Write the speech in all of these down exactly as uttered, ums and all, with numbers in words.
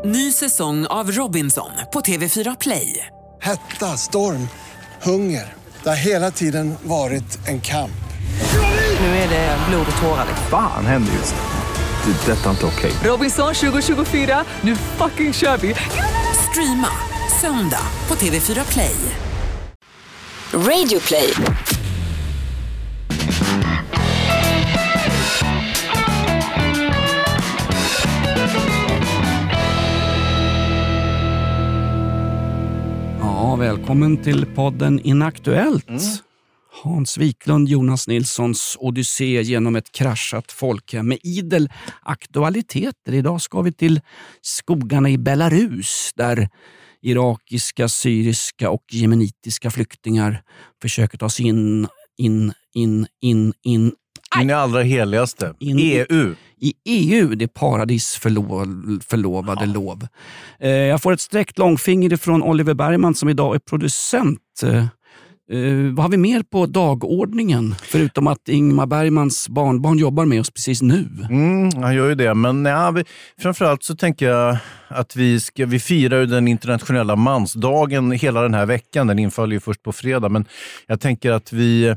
Ny säsong av Robinson på T V fyra Play. Hetta, storm, hunger. Det har hela tiden varit en kamp. Nu är det blod och tårar. Fan händer just det. Det är detta inte okej. Robinson tjugo tjugofyra, nu fucking kör vi. Streama söndag på T V fyra Play. Radio Play. Ja, välkommen till podden Inaktuellt. Mm. Hans Wiklund, Jonas Nilssons odyssé genom ett kraschat folkhem med idel aktualiteter. Idag ska vi till skogarna i Belarus där irakiska, syriska och jemenitiska flyktingar försöker ta sig in, in, in, in, in. In i allra heligaste. In E U. I E U, det paradis förlo, förlovade ja. lov. Eh, jag får ett sträckt långfinger från Oliver Bergman som idag är producent. Eh, vad har vi mer på dagordningen? Förutom att Ingmar Bergmans barnbarn jobbar med oss precis nu. Mm, han gör ju det. Men ja, vi, framförallt så tänker jag att vi, ska, vi firar ju den internationella mansdagen hela den här veckan. Den infaller ju först på fredag. Men jag tänker att vi...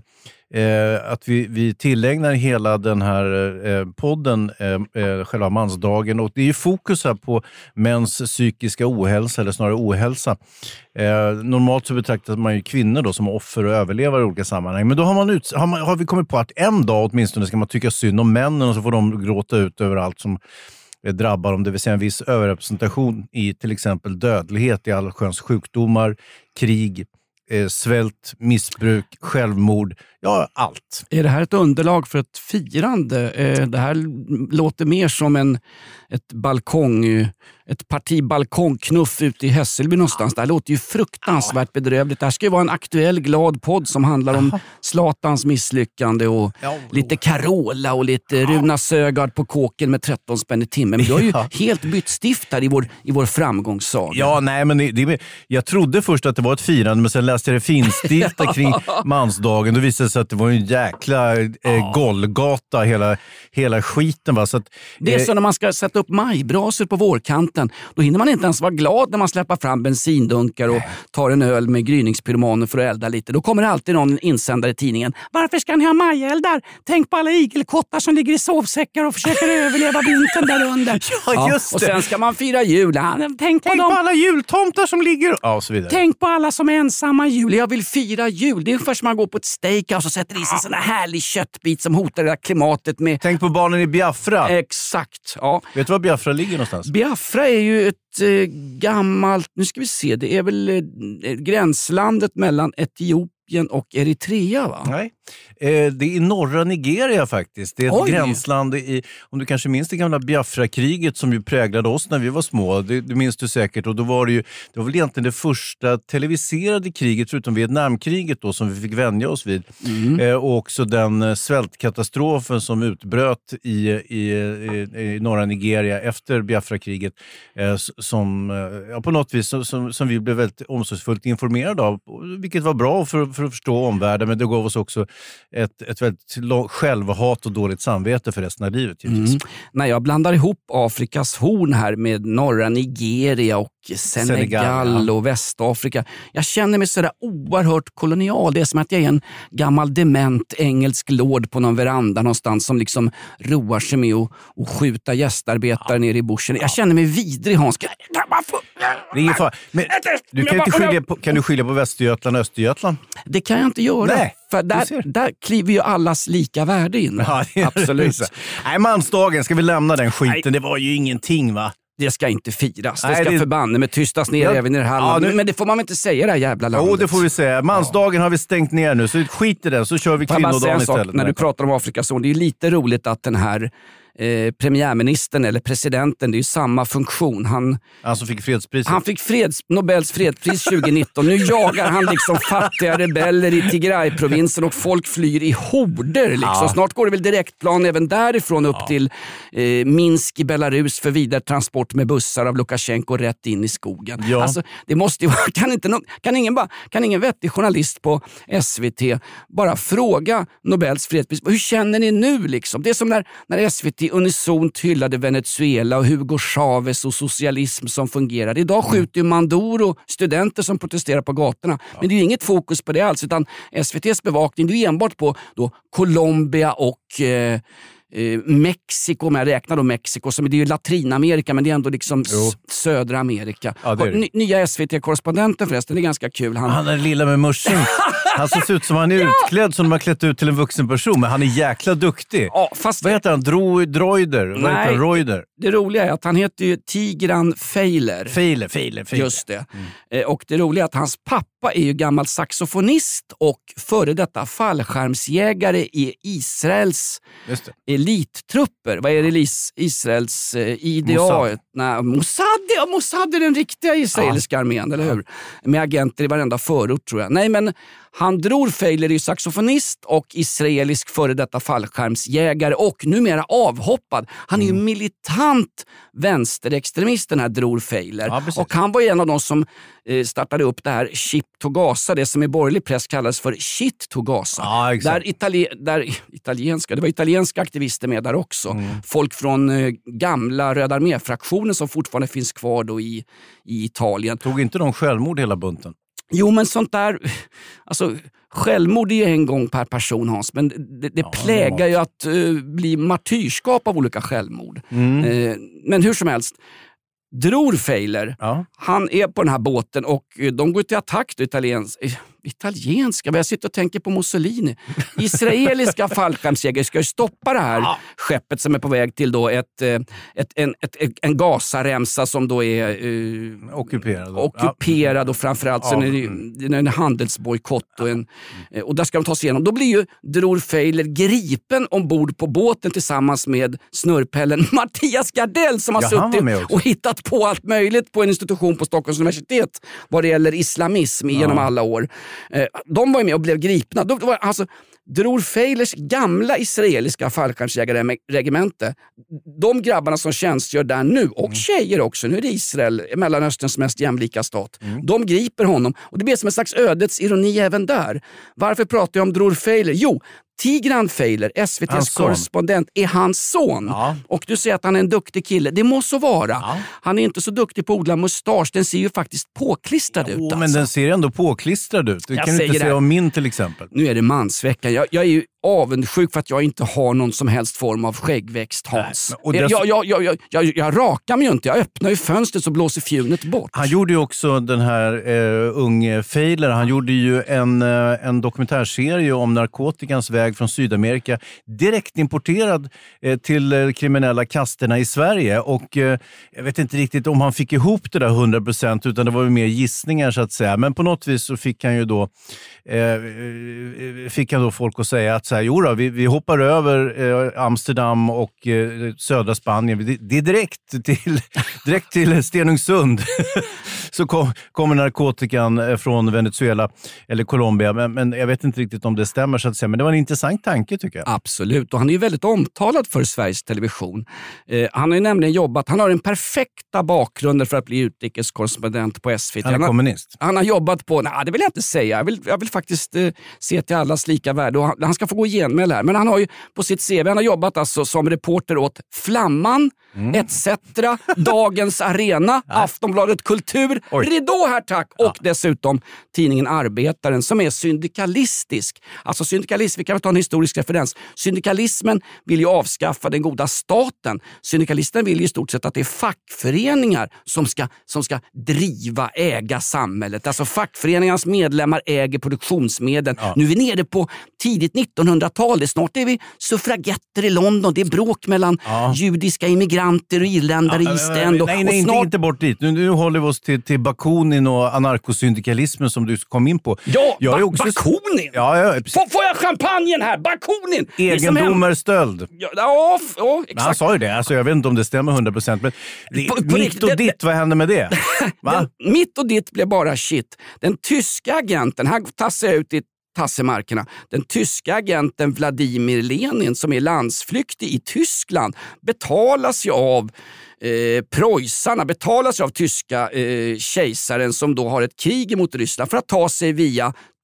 Eh, att vi, vi tillägnar hela den här eh, podden eh, eh, själva mansdagen, och det är ju fokus här på mäns psykiska ohälsa, eller snarare ohälsa. Eh, normalt så betraktar man ju kvinnor då som offer och överlevare i olika sammanhang, men då har, man ut, har, man, har vi kommit på att en dag åtminstone ska man tycka synd om männen, och så får de gråta ut över allt som drabbar dem, det vill säga en viss överrepresentation i till exempel dödlighet i allsköns sjukdomar, krig, Eh, svält, missbruk, självmord, ja allt. Är det här ett underlag för ett firande? Eh, det här låter mer som en ett balkong, ett parti balkongknuff ute i Hässelby någonstans. Det här låter ju fruktansvärt bedrövligt. Det här ska ju vara en aktuell glad podd som handlar om Zlatans misslyckande och ja, lite Carola och lite ja. Runa Sögaard på kåken med tretton spänn i timmen. Men du har ju ja. helt bytt stift här i vår, i vår framgångssaga. Ja, nej, men det, det, jag trodde först att det var ett firande, men sen läste jag det finstilta kring mansdagen. Då visade det sig att det var en jäkla eh, ja. Golgata, hela, hela skiten. Va? Så att, det är eh, så när man ska sätta upp majbrasor på vårkanten. Då hinner man inte ens vara glad när man släpper fram bensindunkar och tar en öl med gryningspyromaner för att elda lite. Då kommer det alltid någon insändare i tidningen. Varför ska ni ha majeldar? Tänk på alla igelkottar som ligger i sovsäckar och försöker överleva vintern där under. Ja, just ja, och det. sen ska man fira jul. Tänk, Tänk på, på, på alla jultomtar som ligger... Ja, och så vidare. Tänk på alla som är ensamma jul. Jag vill fira jul. Det är ungefär som man går på ett steakhouse och sätter i sig en sån där härlig köttbit som hotar det där klimatet med... Tänk på barnen i Biafra. Exakt, ja. Vet du var Biafra ligger någonstans? Biafra är ju ett eh, gammalt... Nu ska vi se, det är väl eh, gränslandet mellan Etiopien och Eritrea, va? Nej, eh, det är i norra Nigeria faktiskt. Det är ett Oj. gränsland i, om du kanske minns det gamla Biafra-kriget som ju präglade oss när vi var små. Det, det minns du säkert. Och då var det ju, det var väl egentligen det första televiserade kriget, förutom Vietnamkriget då, som vi fick vänja oss vid. Mm. Eh, och också den svältkatastrofen som utbröt i, i, i, i norra Nigeria efter Biafra-kriget. Eh, som ja, på något vis som, som vi blev väldigt omsorgsfullt informerade av, vilket var bra för, för att förstå omvärlden, men det gav oss också ett, ett väldigt självhat och dåligt samvete för resten av livet. Mm. När jag blandar ihop Afrikas horn här med norra Nigeria och Senegal, Senegal ja. och Västafrika, jag känner mig sådär oerhört kolonial. Det är som att jag är en gammal dement engelsk lord på någon veranda någonstans som liksom roar sig med att och skjuta gästarbetare ja. nere i bushen. Jag känner mig vidrig, Hans. Det är ingen fara. Men du kan, inte skilja på, kan du skilja på Västergötland och Östergötland? Det kan jag inte göra. Nej, för där, där kliver ju allas lika värde in. Ja, absolut. Nej, mansdagen, ska vi lämna den skiten? Nej. Det var ju ingenting, va? Det ska inte firas. Det Nej, ska det... förbanne med tystas ner ja. även i det här landet. Ja, nu... Men det får man inte säga i det här jävla landet. Jo, det får vi säga. Mansdagen ja. har vi stängt ner nu, så skit i den, så kör vi kvinnodagen istället. När du pratar om Afrikas horn, det är ju lite roligt att den här eh, premiärministern eller presidenten, det är ju samma funktion. Han, han som fick fredspriset. Han fick freds, Nobels fredspris tjugonitton. Nu jagar han liksom fattiga rebeller i Tigray-provinsen och folk flyr i horder. Liksom. Ja. Snart går det väl direktplan även därifrån upp ja. till eh, Minsk i Belarus för vidare transport med bussar av Lukasjenko rätt in i skogen. Ja. Alltså, det måste ju vara, kan, inte no, kan, ingen bara, kan ingen vettig journalist på S V T bara fråga Nobels fredspris, hur känner ni nu liksom? Det är som när, när S V T i unisont hyllade Venezuela och Hugo Chavez och socialism som fungerar. Idag skjuter ju Manduro studenter som protesterar på gatorna. Ja. Men det är ju inget fokus på det alls, utan S V T:s bevakning det är enbart på då Colombia och eh, eh, Mexiko, om jag räknar då Mexiko, som det är ju Latinamerika, men det är ändå liksom s- södra Amerika. Ja, det är det. N- nya S V T-korrespondenten förresten, det är ganska kul. Han, han är lilla med muschen. Han ser ut som han är ja. utklädd som de har klätt ut till en vuxen person, men han är jäkla duktig. Ja, fast vad heter han? Dro- droider? Vad heter han? Roider? Det roliga är att han heter ju Tigran Feiler. Feiler, Feiler, Feiler. Just det. Mm. Och det roliga är att hans pappa är ju gammal saxofonist och före detta fallskärmsjägare i Israels elittrupper. Vad är det Israels eh, I D A? Mossad. Nej, Mossad, ja, Mossad är den riktiga israeliska ja. armén, eller hur? Med agenter i varenda förort tror jag. Nej, men han Dror Feiler är ju saxofonist och israelisk före detta fallskärmsjägare och numera avhoppad. Han är ju mm. militant vänsterextremist, den här Dror Feiler. Ja, och han var ju en av de som eh, startade upp det här Chip to Gaza, det som i borgerlig press kallas för Shit to Gaza. Ja, där, Itali- där italienska, det var italienska aktivister med där också. Mm. Folk från eh, gamla Röda armé-fraktionen som fortfarande finns kvar då i, i Italien. Tog inte de självmord hela bunten? Jo, men sånt där, alltså självmord är ju en gång per person, Hans, men det, det ja, plägar det ju att uh, bli martyrskap av olika självmord. Mm. Uh, men hur som helst, Dror Feiler, ja. han är på den här båten och uh, de går till attack då, italiens, uh, italienska, men jag sitter och tänker på Mussolini. Israeliska fallskärmsjägare ska ju stoppa det här ja. skeppet som är på väg till då ett, ett, en, ett, en Gazaremsa som då är uh, ockuperad. ockuperad ja. och framförallt ja. sen är det, det är en handelsbojkott och, en, ja. och där ska de ta sig igenom. Då blir ju Dror Feiler gripen ombord på båten tillsammans med snurrpellen Mattias Gardell som har ja, suttit och hittat på allt möjligt på en institution på Stockholms universitet vad det gäller islamism ja. genom alla år. De var ju med och blev gripna. De var, alltså, Dror Feilers gamla israeliska fallskärmsjägarregemente, de grabbarna som tjänstgör där nu, och mm. tjejer också, nu är det Israel, Mellanösterns mest jämlika stat, mm. de griper honom. Och det blir som en slags ödets ironi även där. Varför pratar jag om Dror Feiler? Jo, Tigran Feiler, S V T:s korrespondent, är hans son. Ja. Och du säger att han är en duktig kille. Det må så vara. Ja. Han är inte så duktig på att odla mustasch. Den ser ju faktiskt påklistrad jo, ut. Alltså. Men den ser ändå påklistrad ut. Du jag kan inte säga om min till exempel. Nu är det mansvecka. Jag, jag är ju avundsjuk för att jag inte har någon som helst form av skäggväxt, Hans. Nej, och dess... jag, jag, jag, jag, jag, jag rakar mig ju inte. Jag öppnar ju fönstret så blåser fjunet bort. Han gjorde ju också den här uh, unge Feiler. Han gjorde ju en, uh, en dokumentärserie om narkotikans väg från Sydamerika, direkt importerad uh, till uh, kriminella kasterna i Sverige. Och uh, jag vet inte riktigt om han fick ihop det där hundra procent, utan det var ju mer gissningar så att säga. Men på något vis så fick han ju då uh, fick han då folk att säga att så här, jo då, vi, vi hoppar över eh, Amsterdam och eh, södra Spanien. Det, det är direkt till, direkt till Stenungsund. Så kom, kommer narkotikan från Venezuela eller Colombia. Men, men jag vet inte riktigt om det stämmer så att säga. Men det var en intressant tanke tycker jag. Absolut, och han är ju väldigt omtalad för Sveriges Television. Eh, han har ju nämligen jobbat, han har den perfekta bakgrunden för att bli utrikeskorrespondent på S V T. Han är kommunist. Han, han har jobbat på, nej det vill jag inte säga. Jag vill, jag vill faktiskt eh, se till allas lika värde. Och han, han ska få gå igenom det här. Men han har ju på sitt C V, han har jobbat alltså som reporter åt Flamman, mm. et cetera, Dagens Arena, Aftonbladet Kultur, Oj. Ridå här tack, och ja. dessutom tidningen Arbetaren som är syndikalistisk. Alltså syndikalism, vi kan väl ta en historisk referens. Syndikalismen vill ju avskaffa den goda staten. Syndikalisten vill ju i stort sett att det är fackföreningar som ska, som ska driva, äga samhället. Alltså fackföreningarnas medlemmar äger produktionsmedel. Ja. Nu är vi nere på tidigt nittonhundratal. Snart är vi suffragetter i London. Det är bråk mellan ja. judiska immigranter och irländare ja, i East End. Nej, nej, snart... inte, inte bort dit. Nu, nu håller vi oss till, till Bakunin och anarkosyndikalismen som du kom in på. Ja, jag ba- också... Bakunin! Ja, ja, får, får jag champagnen här? Bakunin! Egendomsstöld. Ja, ja, ja, exakt. Han sa ju det. Alltså, jag vet inte om det stämmer hundra procent. Men det, på, på mitt och det, ditt, vad hände med det? Va? Den, mitt och ditt blev bara shit. Den tyska agenten, här tassar jag ut i tassemarkerna. Den tyska agenten Vladimir Lenin som är landsflyktig i Tyskland betalas ju av eh, preussarna, betalas ju av tyska eh, kejsaren som då har ett krig mot Ryssland för att ta sig via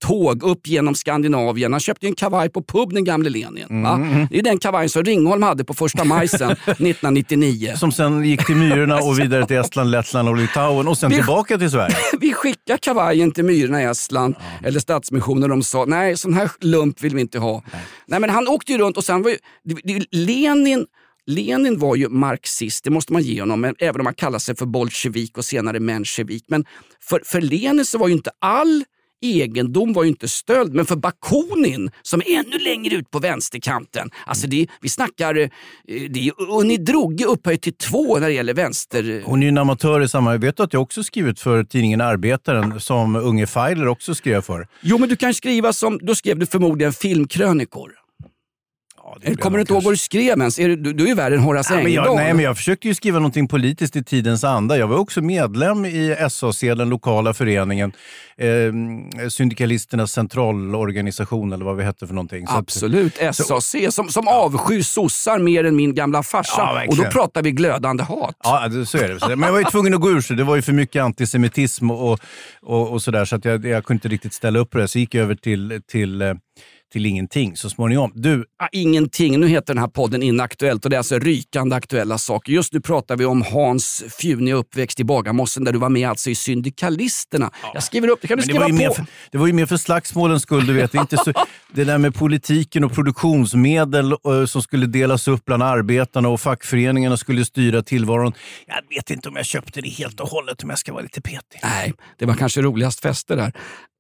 tåg upp genom Skandinavien. Han köpte en kavaj på pub, den gamle Lenin. Mm. Va? Det är den kavajen som Ringholm hade på första maj sen nittonhundranittionio. Som sen gick till Myrorna och vidare till Estland, Lettland och Litauen och sen vi, tillbaka till Sverige. Vi skickar kavajen till Myrorna i Estland ja. eller Stadsmissionen. De sa, nej, sån här lump vill vi inte ha. Nej, nej men han åkte ju runt och sen var ju, det, det, Lenin Lenin var ju marxist, det måste man ge honom, även om han kallar sig för bolsjevik och senare menshevik. Men för, för Lenin så var ju inte all egendom var ju inte stöld, men för Bakunin som är ännu längre ut på vänsterkanten, alltså det, vi snackar, det är Unni Droge upphöjt till två när det gäller vänster. Hon är ju en amatör i samma, jag vet att jag också skrivit för tidningen Arbetaren som Unge Feiler också skrev för. Jo men du kan skriva som, då skrev du förmodligen filmkrönikor. Ja, kommer du inte ihåg vad du skrev ens? Är du, du, du är ju värre än Horace Engdahl. Ja, nej, men jag försökte ju skriva någonting politiskt i tidens anda. Jag var också medlem i S A C, den lokala föreningen. Eh, syndikalisternas centralorganisation eller vad vi hette för någonting. Så absolut, att, S A C som, som avskyr sossar mer än min gamla farsa. Ja, och då pratar vi glödande hat. Ja, så är det. Men jag var ju tvungen att gå ur så det var ju för mycket antisemitism och, och, och sådär så att jag, jag kunde inte riktigt ställa upp på det. Så gick jag över till... till till ingenting så småningom. Du... Ah, ingenting, nu heter den här podden Inaktuellt och det är alltså rykande aktuella saker. Just nu pratar vi om Hans Fjuniga uppväxt i Bagarmossen där du var med alltså i Syndikalisterna. Ja. Jag skriver upp, det kan du skriva det på. För, det var ju mer för slagsmålens skull, du vet. Inte så, det där med politiken och produktionsmedel uh, som skulle delas upp bland arbetarna och fackföreningarna skulle styra tillvaron. Jag vet inte om jag köpte det helt och hållet om jag ska vara lite petig. Nej, det var kanske roligast fester där.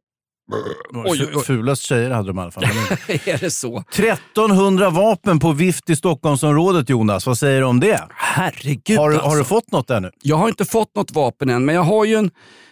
Oj, oj. Fulast tjejer hade de i alla fall. Är det så? trettonhundra vapen på vift i Stockholmsområdet, Jonas. Vad säger du om det? Herregud har, alltså. har du fått något ännu? Jag har inte fått något vapen än, men jag har ju en...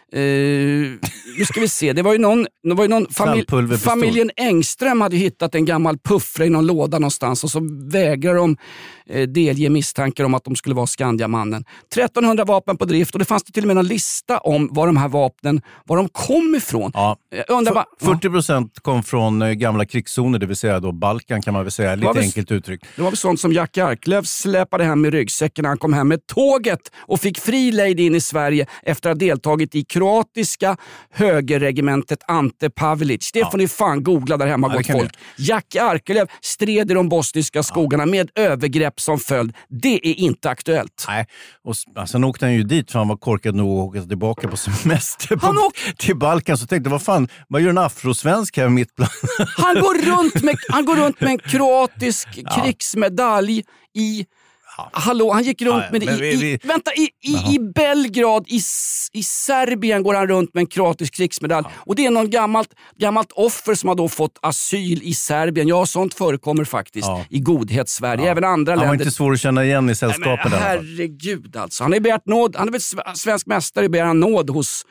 Eh, nu ska vi se, det var ju någon, det var ju någon familj, familjen Engström hade hittat en gammal puffra i någon låda någonstans och så vägrar de eh, delge misstankar om att de skulle vara Skandiamannen. trettonhundra vapen på drift och det fanns det till och med en lista om var de här vapnen, var de kom ifrån. Ja. Undrar bara, fyrtio procent kom från eh, gamla krigszoner, det vill säga då Balkan kan man väl säga, lite enkelt uttryckt. Det var väl sånt som Jack Arklöv släpade hem i ryggsäcken när han kom hem med tåget och fick fri lejd in i Sverige efter att ha deltagit i kroatiska högerregementet Ante Pavelic. Det får ja. ni fan googla där hemma, ja, gott folk. Jag. Jack Arklöv stred i de bosniska skogarna ja. med övergrepp som följd. Det är inte aktuellt. Nej, och sen åkte han ju dit för han var korkad nog att åka tillbaka på semester på, åk- till Balkan. Så tänkte vad fan, vad gör en afrosvensk här mitt bland? han, går runt med, han går runt med en kroatisk ja. krigsmedalj i... Ja. Hallå, han gick runt ja, med det i, vi, i, vänta, i, i, i Belgrad, i, i Serbien går han runt med en kroatisk krigsmedalj. Ja. Och det är någon gammalt, gammalt offer som har då fått asyl i Serbien. Ja, sånt förekommer faktiskt ja. i godhets-Sverige. Ja. Även andra han länder. Han var inte svår att känna igen i sällskapet. Nej, men, herregud alltså. Han är begärt nåd, han är väl svensk mästare, begär han nåd hos...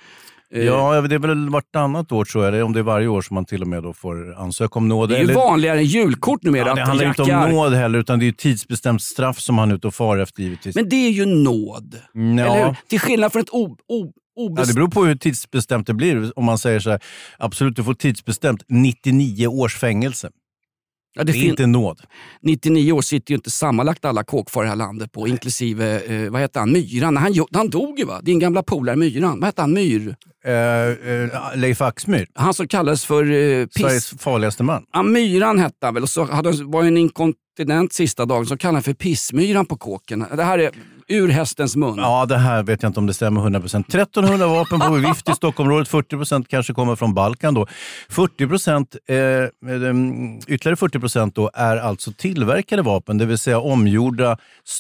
Ja, det är väl vartannat år tror jag, eller om det är varje år som man till och med då får ansöka om nåd. Det är ju eller... vanligare än julkort numera. Ja, det handlar inte om nåd heller, utan det är ju tidsbestämt straff som han är ute och far efter givetvis. Men det är ju nåd, ja. eller hur? Till skillnad från ett o, o, obest... ja, det beror på hur tidsbestämt det blir. Om man säger så här, absolut du får tidsbestämt nittionio års fängelse. Ja, det, det är fin- inte nåd. nittionio år sitter ju inte sammanlagt alla kåkfar i det här landet på, inklusive, eh, vad heter han, Myran. Han, han dog ju va? Din gamla polare Myran. Vad heter han, Myr? Uh, uh, Leif Axmyr. Han som kallades för uh, piss. Sveriges farligaste man. Ja, Myran hette han väl. Och så hade, var en inkontinent sista dagen som kallade han för Pissmyran på kåken. Det här är ur hästens mun. Ja, det här vet jag inte om det stämmer hundra procent. trettonhundra vapen på vift i Stockholmsområdet. fyrtio procent kanske kommer från Balkan då. fyrtio procent, eh, ytterligare fyrtio procent då är alltså tillverkade vapen. Det vill säga omgjorda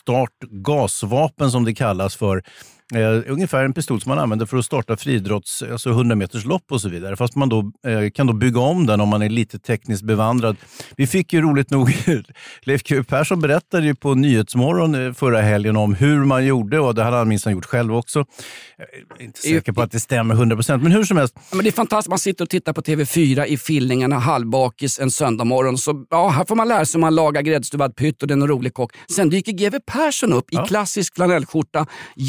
startgasvapen som det kallas för. Eh, ungefär en pistol som man använder för att starta friidrotts, alltså hundra meters lopp och så vidare. Fast man då eh, kan då bygga om den om man är lite tekniskt bevandrad. Vi fick ju roligt nog, Leif G W Persson berättade ju på Nyhetsmorgon förra helgen om hur man gjorde, och det hade han minst gjort själv också. Jag är inte säker på att det stämmer hundra procent, men hur som helst. Men det är fantastiskt, man sitter och tittar på T V fyra i Fillingarna, halvbakis en söndag morgon. Så ja, här får man lära sig om man lagar gräddstuvad pytt och den är en rolig kock. Sen dyker G W Persson upp ja. i klassisk flanellskjorta, jägar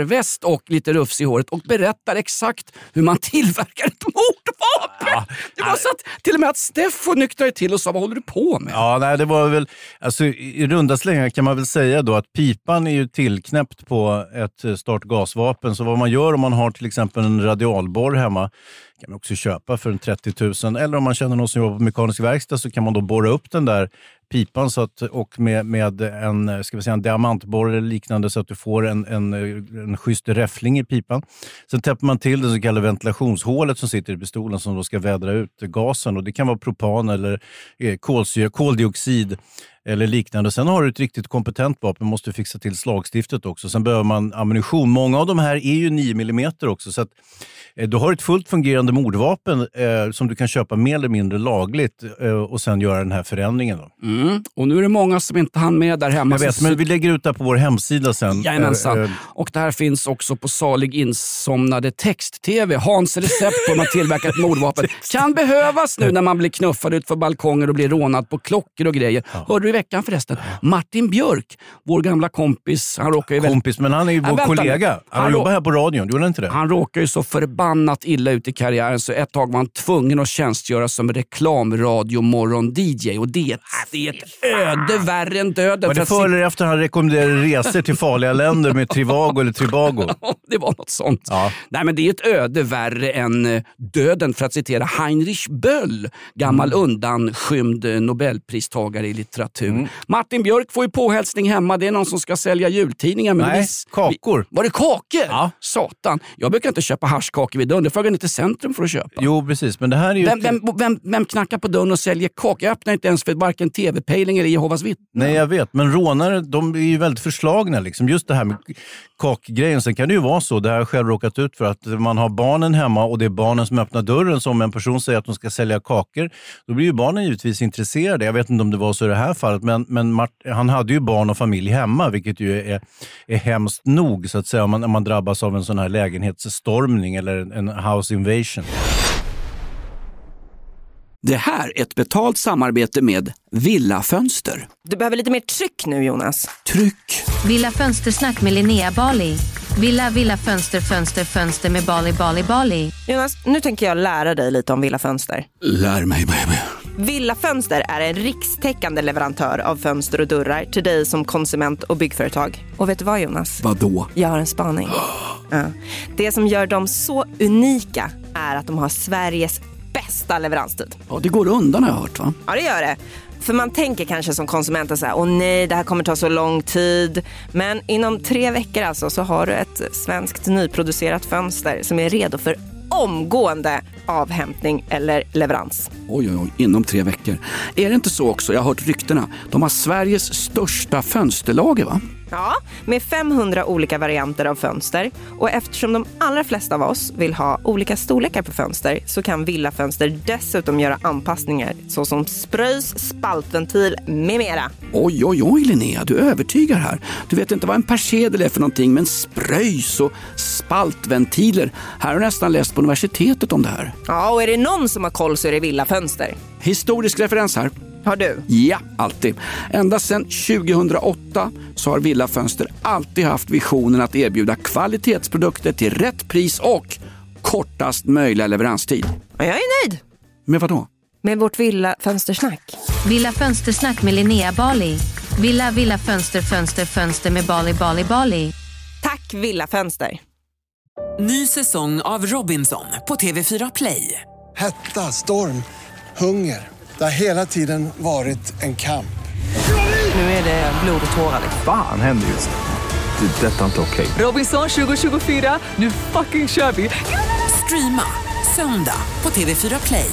läderväst och lite rufs i håret och berättar exakt hur man tillverkar ett mordvapen. Ja. Det var så att till och med att Steffo nyktrade till och sa, vad håller du på med? Ja, nej, det var väl, alltså i runda slängar kan man väl säga då att pipan är ju tillknäppt på ett startgasvapen. Så vad man gör om man har till exempel en radialborr hemma kan man också köpa för en trettio tusen. Eller om man känner någon som jobbar på mekanisk verkstad så kan man då borra upp den där pipan så att, och med, med en, ska vi säga, en diamantborr eller liknande så att du får en, en, en schysst räffling i pipan. Sen täpper man till det så kallade ventilationshålet som sitter i pistolen som då ska vädra ut gasen. Och det kan vara propan eller kolsyra, koldioxid eller liknande. Sen har du ett riktigt kompetent vapen, måste fixa till slagstiftet också. Sen behöver man ammunition. Många av de här är ju nio millimeter också så att eh, du har ett fullt fungerande mordvapen eh, som du kan köpa mer eller mindre lagligt eh, och sen göra den här förändringen då. Mm. Och nu är det många som inte hann med där hemma. Jag vet, men vi lägger ut det på vår hemsida sen. Jajamensan. Eh, och det här finns också på salig insomnade text-tv. Hans recept på hur man tillverkar ett mordvapen kan behövas nu när man blir knuffad ut för balkonger och blir rånad på klockor och grejer. Ja. Hörde du i veckan förresten? Martin Björk, vår gamla kompis. Han råkar ju kompis, men han är ju vår ja, kollega. Han, han, han jobbar här på radion, gjorde han inte det? Han råkar ju så förbannat illa ut i karriären så ett tag var han tvungen att tjänstgöra som reklamradiomorgon-D J. Och det är ett, det är ett öde värre än döden. Var det för eller efter han rekommenderade resor till farliga länder med Trivago eller Trivago? Det var något sånt. Ja. Nej, men det är ett öde värre än döden, för att citera Heinrich Böll, gammal mm. undanskymd Nobelpristagare i litteratur. Mm. Martin Björk får ju påhälsning hemma. Det är någon som ska sälja jultidningar. Men Nej, vi, kakor. Vi, var det kakor? Ja. Satan. Jag brukar inte köpa haschkakor vid dörren. Det frågar inte Centrum för att köpa. Jo, precis. Men det här är ju... Vem, vem, vem, vem knackar på dörren och säljer kakor? Jag öppnar inte ens för varken T V-pejling eller Jehovas vittnen. Nej, jag vet. Men rånare, de är ju väldigt förslagna. Liksom. Just det här med kakgrejen. Sen kan det ju vara så. Det har jag själv råkat ut för att man har barnen hemma och det är barnen som öppnar dörren. Så om en person säger att de ska sälja kakor, då blir ju barnen givetvis intresserade. Jag vet inte om det var så i det här fallet, men, men Mart- han hade ju barn och familj hemma, vilket ju är, är hemskt nog så att säga om man, om man drabbas av en sån här lägenhetsstormning eller en, en house invasion. Det här är ett betalt samarbete med Villa Fönster. Du behöver lite mer tryck nu, Jonas. Tryck. Villa Fönstersnack med Linnea Bali. Villa, Villa Fönster, Fönster, Fönster med Bali, Bali, Bali. Jonas, nu tänker jag lära dig lite om Villa Fönster. Lär mig, baby. Villa Fönster är en rikstäckande leverantör av fönster och dörrar till dig som konsument och byggföretag. Och vet du vad, Jonas? Vadå? Jag har en spaning. Ja. Det som gör dem så unika är att de har Sveriges bästa leveranstid. Ja, det går undan har jag hört, va? Ja, det gör det. För man tänker kanske som konsument så här, åh nej, det här kommer ta så lång tid. Men inom tre veckor alltså så har du ett svenskt nyproducerat fönster som är redo för omgående avhämtning eller leverans. Oj, oj, oj, inom tre veckor. Är det inte så också? Jag har hört ryktena. De har Sveriges största fönsterlager, va? Ja, med femhundra olika varianter av fönster. Och eftersom de allra flesta av oss vill ha olika storlekar på fönster så kan Villa Fönster dessutom göra anpassningar såsom spröjs, spaltventil med mera. Oj, oj, oj Linnea, du övertygar här. Du vet inte vad en persedel är för någonting, men spröjs och spaltventiler. Här har jag nästan läst på universitetet om det här. Ja, och är det någon som har koll så är det Villa Fönster. Historisk referens här. Har du? Ja, alltid. Ända sedan tjugohundraåtta så har Villa Fönster alltid haft visionen att erbjuda kvalitetsprodukter till rätt pris och kortast möjliga leveranstid. Ja, jag är nöjd. Med vad då? Med vårt Villa Fönstersnack. Villa Fönstersnack med Linnea Bali. Villa, Villa Fönster, Fönster, Fönster med Bali, Bali, Bali. Tack Villa Fönster. Ny säsong av Robinson på T V fyra Play. Hetta, storm, hunger. Det har hela tiden varit en kamp. Nu är det blod och tårar. Fan händer just det. Det är detta inte okej. Robinson tjugo tjugofyra, nu fucking kör vi. Streama söndag på T V fyra Play.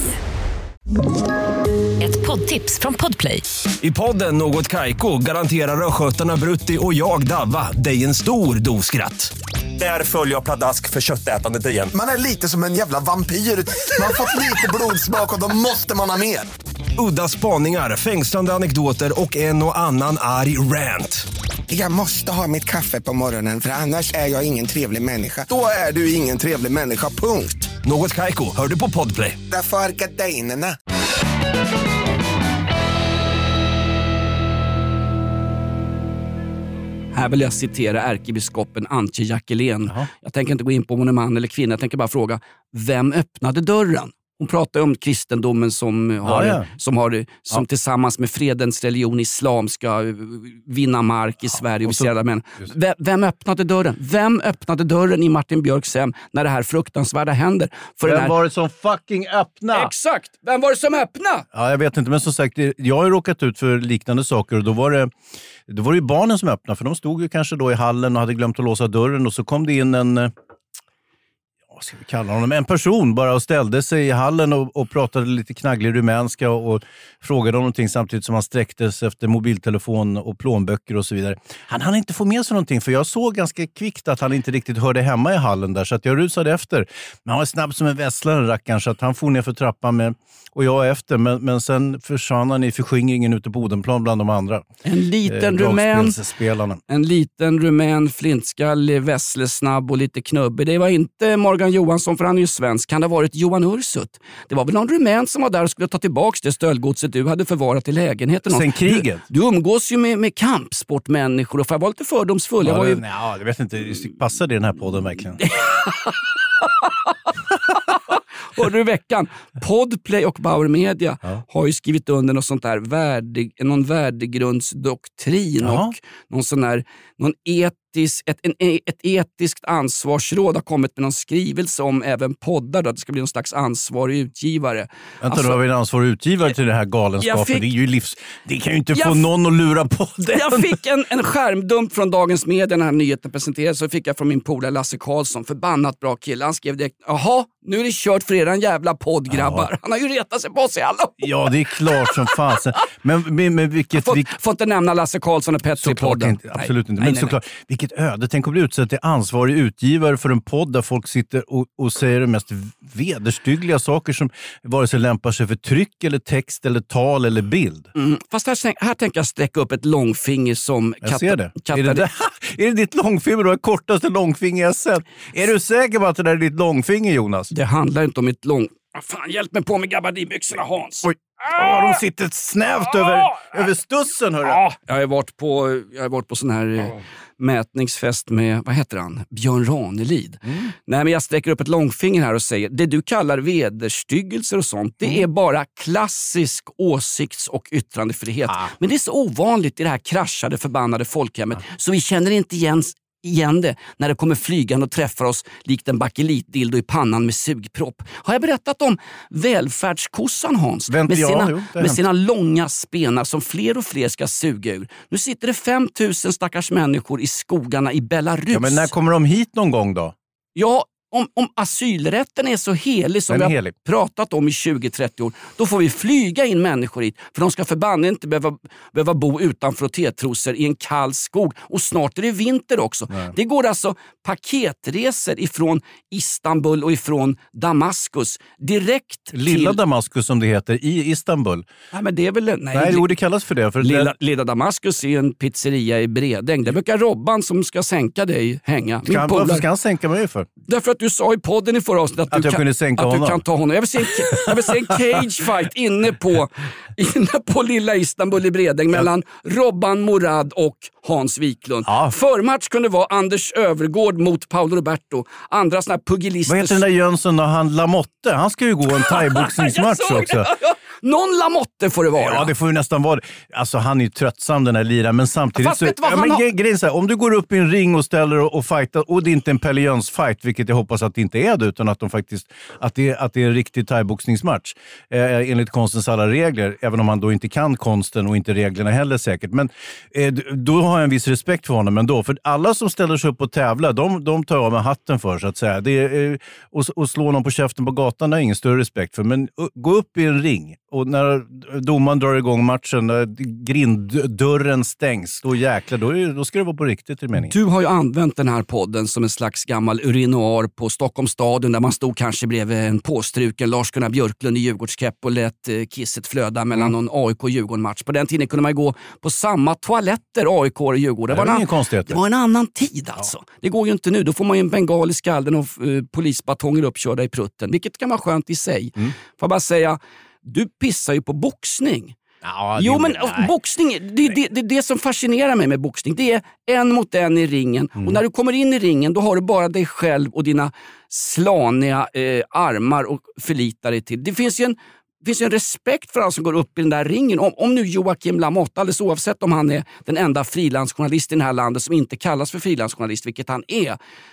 Ett poddtips från Podplay. I podden Något Kaiko garanterar röskötarna Brutti och jag Davva dig en stor doskratt. Där följer jag pladask för köttätandet igen. Man är lite som en jävla vampyr. Man har fått lite blodsmak och då måste man ha mer. Udda spaningar, fängslande anekdoter och en och annan arg rant. Jag måste ha mitt kaffe på morgonen för annars är jag ingen trevlig människa. Då är du ingen trevlig människa, punkt. Något Kaiko, hör du på Podplay. Därför är gardinerna. Här vill jag citera ärkebiskopen Antje Jackelén. Jaha. Jag tänker inte gå in på om hon är man eller kvinna. Jag tänker bara fråga, vem öppnade dörren? Hon pratar om kristendomen som, har, ja, ja. som, har, som ja. tillsammans med fredens religion islam ska vinna mark i ja, Sverige. Och så, men, vem, vem öppnade dörren? Vem öppnade dörren i Martin Björks hem när det här fruktansvärda händer? För vem den här... var det som fucking öppna? Exakt! Vem var det som öppna? Ja, jag vet inte, men som sagt, jag har ju råkat ut för liknande saker och då var det, då var det ju barnen som öppnade, för de stod ju kanske då i hallen och hade glömt att låsa dörren och så kom det in en... vad ska vi kalla honom? En person bara och ställde sig i hallen och, och pratade lite knagglig rumänska och, och frågade om någonting samtidigt som han sträcktes efter mobiltelefon och plånböcker och så vidare. Han hann inte få med sig någonting för jag såg ganska kvickt att han inte riktigt hörde hemma i hallen där så att jag rusade efter. Men han var snabb som en vässlare rackaren så att han for ner för trappan med, och jag efter. Men, men sen försvann han i förskingringen ute på Odenplan bland de andra. En liten eh, rumän, en liten rumän, flintskallig, vässlesnabb och lite knubbig. Det var inte Morgan Johansson, för han är ju svensk. Kan det ha varit Johan Ursut? Det var väl någon rumän som var där och skulle ta tillbaka det stöldgodset du hade förvarat i lägenheten. Sen kriget? Du, du umgås ju med, med kampsportmänniskor och för jag var lite fördomsfull. Ja, jag var ju... nej, jag vet inte, passar det i den här podden verkligen? Och du i veckan, Podplay och Bauer Media ja. har ju skrivit under något sånt där värde, någon värdegrundsdoktrin ja. och någon sån där, någon etisk, ett, en, ett etiskt ansvarsråd har kommit med någon skrivelse om även poddar då, att det ska bli någon slags ansvarig utgivare. Vänta, alltså, då har vi en ansvarig utgivare till det här galenskapen. Fick, det är ju livs... Det kan ju inte få någon att lura på det. Jag fick en, en skärmdump från Dagens Media när den här nyheten presenterades, så fick jag från min polare Lasse Karlsson, förbannat bra kille. Han skrev direkt, jaha, nu är det kört för er en jävla poddgrabbar. Ja. Han har ju retat sig på sig alla år. Ja, det är klart som fasen. Men, men, men vilket... Får, vilk... får inte nämna Lasse Karlsson och Petri i podden. Inte, absolut nej. inte. Men nej, såklart, nej. Vilket öde. Tänk att bli utsett till ansvarig utgivare för en podd där folk sitter och, och säger de mest vederstyggliga saker som vare sig lämpar sig för tryck eller text eller tal eller bild. Mm. Fast här, här tänker jag sträcka upp ett långfinger som... Jag kata- ser det. Kata- är, det där, är det ditt långfinger? Du har kortaste långfinger jag sett. Är du säker på att det där är ditt långfinger, Jonas? Det handlar inte om mitt lång... Ah, fan, hjälp mig på med gabardinbyxorna, Hans. Oj. Ah, de sitter snävt ah, över, ah, över stussen, hörru. Ah, jag har varit på, jag har varit på sån här ah. mätningsfest med, vad heter han? Björn Ranelid. Mm. Nej, men jag sträcker upp ett långfinger här och säger, det du kallar vederstyggelser och sånt, det mm. är bara klassisk åsikts- och yttrandefrihet. Ah. Men det är så ovanligt i det här kraschade, förbannade folkhemmet, ah. så vi känner inte igen igen det när det kommer flygande och träffar oss likt en bakelitdildo i pannan med sugpropp. Har jag berättat om välfärdskossan, Hans? Vänt, med, sina, ja, jo, med sina långa spenar som fler och fler ska suga ur. Nu sitter det fem tusen stackars människor i skogarna i Belarus. Ja, men när kommer de hit någon gång då? Ja, Om, om asylrätten är så helig som Den vi har helig. pratat om i tjugo till trettio år, då får vi flyga in människor hit. För de ska förbanne inte behöva, behöva bo utan frottétrosor i en kall skog. Och snart är det vinter också. Nej. Det går alltså paketresor ifrån Istanbul och ifrån Damaskus direkt Lilla till... Damaskus som det heter, i Istanbul. Nej, men det är väl... Nej, nej jo, det kallas för det. För Lilla, det... Lilla Damaskus är en pizzeria i Bredäng. Det brukar Robban som ska sänka dig hänga. Min kan, varför ska han sänka mig för? Därför att du sa i podden i förra avsnittet att, att, du, jag kan, kunde sänka att honom. du kan ta honom. Jag vill se en, jag vill se en cage fight inne på, inne på Lilla Istanbul i Bredäng mellan Robban Morad och Hans Wiklund. Ja. Förmatch kunde vara Anders Övergård mot Paolo Roberto. Andra såna här pugilister. Vad heter den där Jönsson och han Lamotte? Han ska ju gå en thaiboxningsmatch också. Någon Lamotte får det vara. Ja, det får ju nästan vara. Alltså han är ju tröttsam den här liran, men samtidigt Fast så... vet du vad ja, han men har... grejen så här, om du går upp i en ring och ställer och, och fightar, och det är inte en Pelle Jöns fight, vilket jag hoppas att det inte är det, utan att de faktiskt att det, att det är en riktig thaiboxningsmatch eh, enligt konstens alla regler, även om han då inte kan konsten och inte reglerna heller säkert. Men eh, då har jag en viss respekt för honom ändå, för alla som ställer sig upp och tävlar, de, de tar av med hatten för, så att säga. Det är, eh, och, och slå någon på käften på gatan har jag ingen större respekt för, men uh, gå upp i en ring och när domaren drar igång matchen, när grinddörren stängs, då jäklar, då, är, då ska det vara på riktigt i meningen. Du har ju använt den här podden som en slags gammal urinoar på Stockholms stadion där man stod kanske bredvid en påstruken Lars-Gunnar Björklund i Djurgårdskepp och lät eh, kisset flöda mellan mm. någon A I K Djurgården-match. På den tiden kunde man gå på samma toaletter A I K och Djurgården. Det, det, var en, konstigt. det var en annan tid alltså. Ja. Det går ju inte nu. Då får man ju en bengal i skalden och eh, polisbatonger uppkörda i prutten. Vilket kan vara skönt i sig. Mm. Får jag bara säga, du pissar ju på boxning. Ja, jo, men nej. boxning, det är det, det, det som fascinerar mig med boxning. Det är en mot en i ringen. Mm. Och när du kommer in i ringen, då har du bara dig själv och dina slaniga eh, armar och förlitar dig till. Det finns ju en Det finns en respekt för alla som går upp i den där ringen. Om, om nu Joakim Lamotte, alldeles oavsett om han är den enda frilansjournalisten i det här landet som inte kallas för frilansjournalist, vilket han är.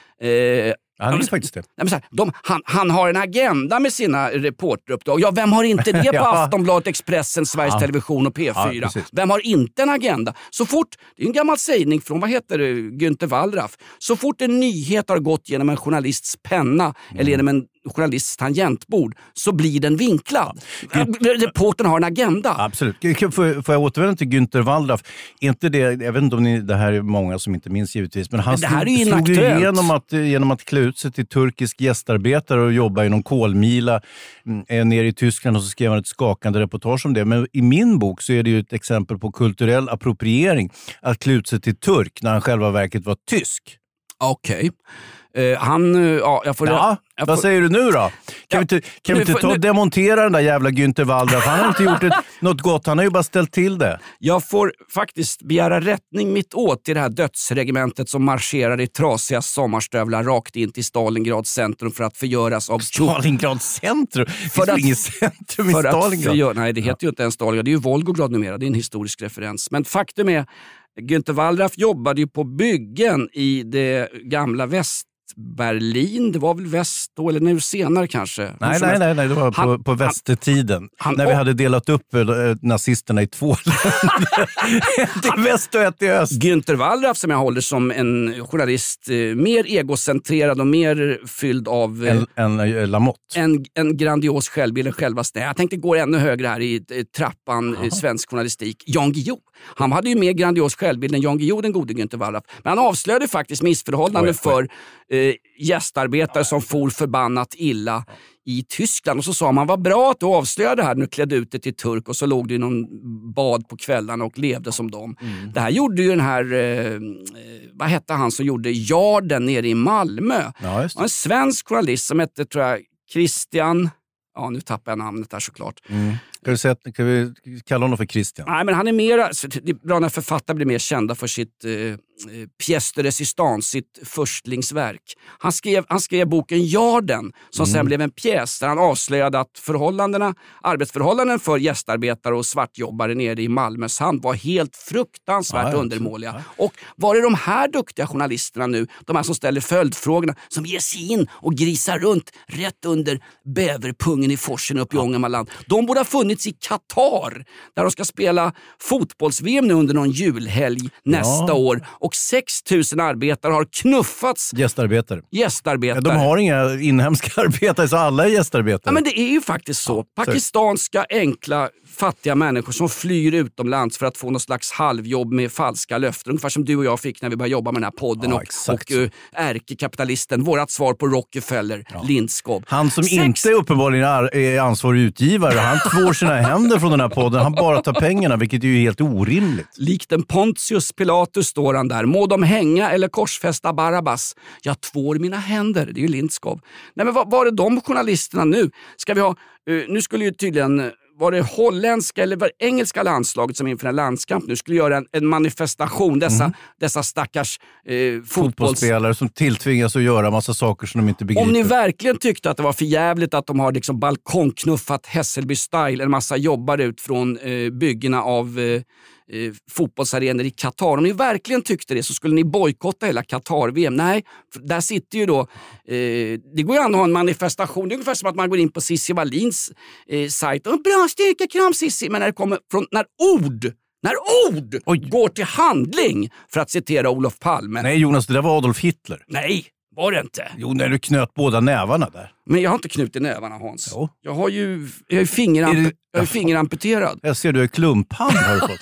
Eh, han är faktiskt det. Nej, men så här, de, han, han har en agenda med sina reporteruppdrag. Ja, vem har inte det på ja. Aftonbladet, Expressen, Sveriges ja. Television och P fyra? Ja, vem har inte en agenda? Så fort, det är en gammal sägning från, vad heter det, Günther Wallraff. Så fort en nyhet har gått genom en journalists penna mm. eller genom en journalists tangentbord så blir den vinklad. Ja. Reportern har en agenda. Absolut. Får, får jag återvända till Günther Wallraff? Inte det, jag vet inte om ni, det här är många som inte minns givetvis, men han men det här slog, är slog ju igenom att, genom att klä ut sig till turkisk gästarbetare och jobba i någon kolmila eh, nere i Tyskland, och så skrev han ett skakande reportage om det. Men i min bok så är det ju ett exempel på kulturell appropriering att klä ut sig till turk när han själva verket var tysk. Okej. Okay. Uh, han, uh, ja, jag får... Ja, jag vad får, säger du nu då? Kan ja, vi inte, kan vi inte ta och demontera den där jävla Günther Wallraff? Han har inte gjort ett, något gott, han har ju bara ställt till det. Jag får faktiskt begära rättning mitt åt till det här dödsregementet som marscherar i trasiga sommarstövlar rakt in till Stalingrads centrum för att förgöras av... Stalingrads centrum? För det finns inget centrum i Stalingrad. Förgör, nej, det heter ja. ju inte ens Stalingrad. Det är ju Volgograd numera, det är en historisk referens. Men faktum är, Günther Wallraff jobbade ju på byggen i det gamla väst Berlin, det var väl väst då, eller nu senare kanske? Nej, nej, nej, nej, det var han, på, på västetiden. Han, när vi hade delat upp äh, nazisterna i två länder. Ett i väst och ett i öst. Günther Wallraff, som jag håller som en journalist, eh, mer egocentrerad och mer fylld av... Eh, en en Lamotte. En, en grandios självbild, en självaste. Jag tänkte gå ännu högre här i, i trappan i svensk journalistik. Jan Guillou. Han hade ju mer grandios självbild än Jan Guillou, den gode Günther Wallraff. Men han avslöjade faktiskt missförhållanden för eh, gästarbetare som for förbannat illa i Tyskland. Och så sa man, vad bra att du avslöjade det här när du klädde ut det till turk, och så låg du i någon bad på kvällarna och levde som dem. Mm. Det här gjorde ju den här, eh, vad hette han som gjorde Jarden nere i Malmö? Ja, just det. En svensk journalist som hette, tror jag, Christian... Ja, nu tappar jag namnet där såklart. Mm. Kan, vi säga, kan vi kalla honom för Christian? Nej, men han är mer... Det är bra när författare blir mer kända för sitt eh, pièce de résistance, sitt förstlingsverk. Han skrev, han skrev boken Jarden, som mm. sen blev en pjäs där han avslöjade att förhållandena, arbetsförhållanden för gästarbetare och svartjobbare nere i Malmös hamn var helt fruktansvärt ja, undermåliga. Ja. Och var är de här duktiga journalisterna nu, de här som ställer följdfrågorna, som ger sig in och grisar runt rätt under bäverpungen i forsen upp i ja. Ångermanland? De borde ha funnits i Qatar, där de ska spela fotbolls-V M nu under någon julhelg nästa ja. år. Och sex tusen arbetare har knuffats. Gästarbetare. Gästarbetare. Ja, de har inga inhemska arbetare, så alla är gästarbetare. Ja, men det är ju faktiskt så. Ja, pakistanska, enkla, fattiga människor som flyr utomlands för att få någon slags halvjobb med falska löften. Ungefär som du och jag fick när vi började jobba med den här podden. Ja, och, och uh, ärkekapitalisten, vårat svar på Rockefeller, ja. Lindskov. Han som sex... inte är uppenbarligen är ansvarig utgivare. Han tvår sina händer från den här podden. Han bara tar pengarna, vilket är ju helt orimligt. Likt en Pontius Pilatus står han där. Må de hänga eller korsfästa Barabbas? Jag tvår mina händer. Det är ju Lindskov. Nej, men vad var det de journalisterna nu? Ska vi ha... Uh, nu skulle ju tydligen... Var det holländska eller var det engelska landslaget som inför en landskamp nu skulle göra en, en manifestation. Dessa, mm. dessa stackars eh, fotbolls... fotbollsspelare som tilltvingas att göra massa saker som de inte begriper. Om ni verkligen tyckte att det var för jävligt att de har liksom balkongknuffat Hässelby-style, en massa jobbar ut från eh, byggena av... Eh, Eh, fotbollsarenor i Qatar. Om ni verkligen tyckte det så skulle ni bojkotta hela Qatar-V M. Nej, där sitter ju då eh, det går ju an att ha en manifestation. Det är ungefär som att man går in på Cissi Wallins eh, sajt och bra styrka, kram Cissi, men när det kommer från, när ord när ord Oj. går till handling, för att citera Olof Palme. Nej Jonas, det där var Adolf Hitler. Nej, var det inte? Jo, när du knöt båda nävarna där. Men jag har inte knutit nävarna, Hans. Jo. Jag har ju jag är fingeramp- det... jag är fingeramputerad. Jag ser, du är klumphand har du fått.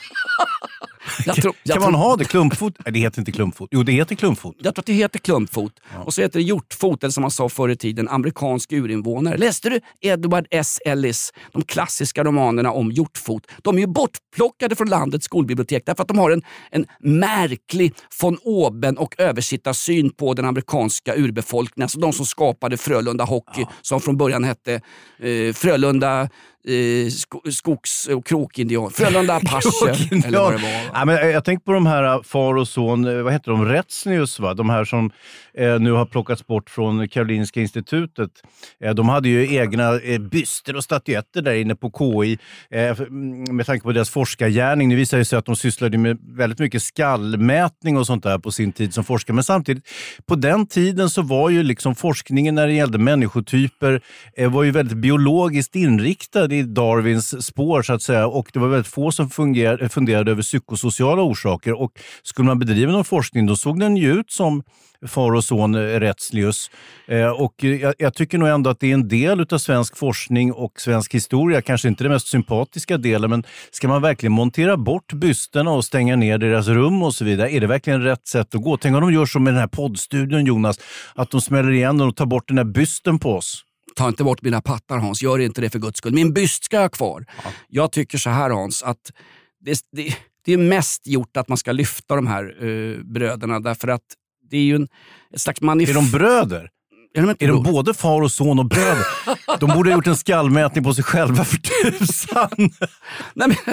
Jag tror, jag kan tror... man ha det? Klumpfot? Nej, det heter inte klumpfot. Jo, det heter klumpfot. Jag tror att det heter klumpfot. Ja. Och så heter det hjortfot, eller som man sa förr i tiden, amerikansk urinvånare. Läste du Edward S. Ellis, de klassiska romanerna om hjortfot? De är ju bortplockade från landets skolbibliotek därför att de har en, en märklig von oben och översittarsyn på den amerikanska urbefolkningen. Alltså de som skapade Frölunda Hockey, ja. som från början hette eh, Frölunda eh, sko- skogs- och krokindian. Frölunda Apache eller vad det var. Ja, men jag tänkte på de här far och son, vad heter de? Rättsnius, va? De här som eh, nu har plockats bort från Karolinska institutet. Eh, de hade ju egna eh, byster och statyetter där inne på K I eh, med tanke på deras forskargärning. Det visar ju sig att de sysslade med väldigt mycket skallmätning och sånt där på sin tid som forskare. Men samtidigt, på den tiden så var ju liksom forskningen när det gällde människotyper eh, var ju väldigt biologiskt inriktad i Darwins spår så att säga, och det var väldigt få som fungerade, funderade över psykosociala orsaker, och skulle man bedriva någon forskning då såg den ju ut som far och son Rättslius. Eh, och jag, jag tycker nog ändå att det är en del av svensk forskning och svensk historia, kanske inte den mest sympatiska delen, men ska man verkligen montera bort bysterna och stänga ner deras rum och så vidare, är det verkligen rätt sätt att gå? Tänk om de gör som med den här poddstudion, Jonas, att de smäller igen och tar bort den här bysten på oss. Ta inte bort mina pattar, Hans. Gör inte det för guds skull. Min byst ska jag ha kvar. Ja. Jag tycker så här, Hans, att det, det, det är mest gjort att man ska lyfta de här uh, bröderna, därför att det är ju en ett slags manif- Är de bröder? Är de, är de både far och son och bröder? De borde ha gjort en skallmätning på sig själva för tusan. Nej, men,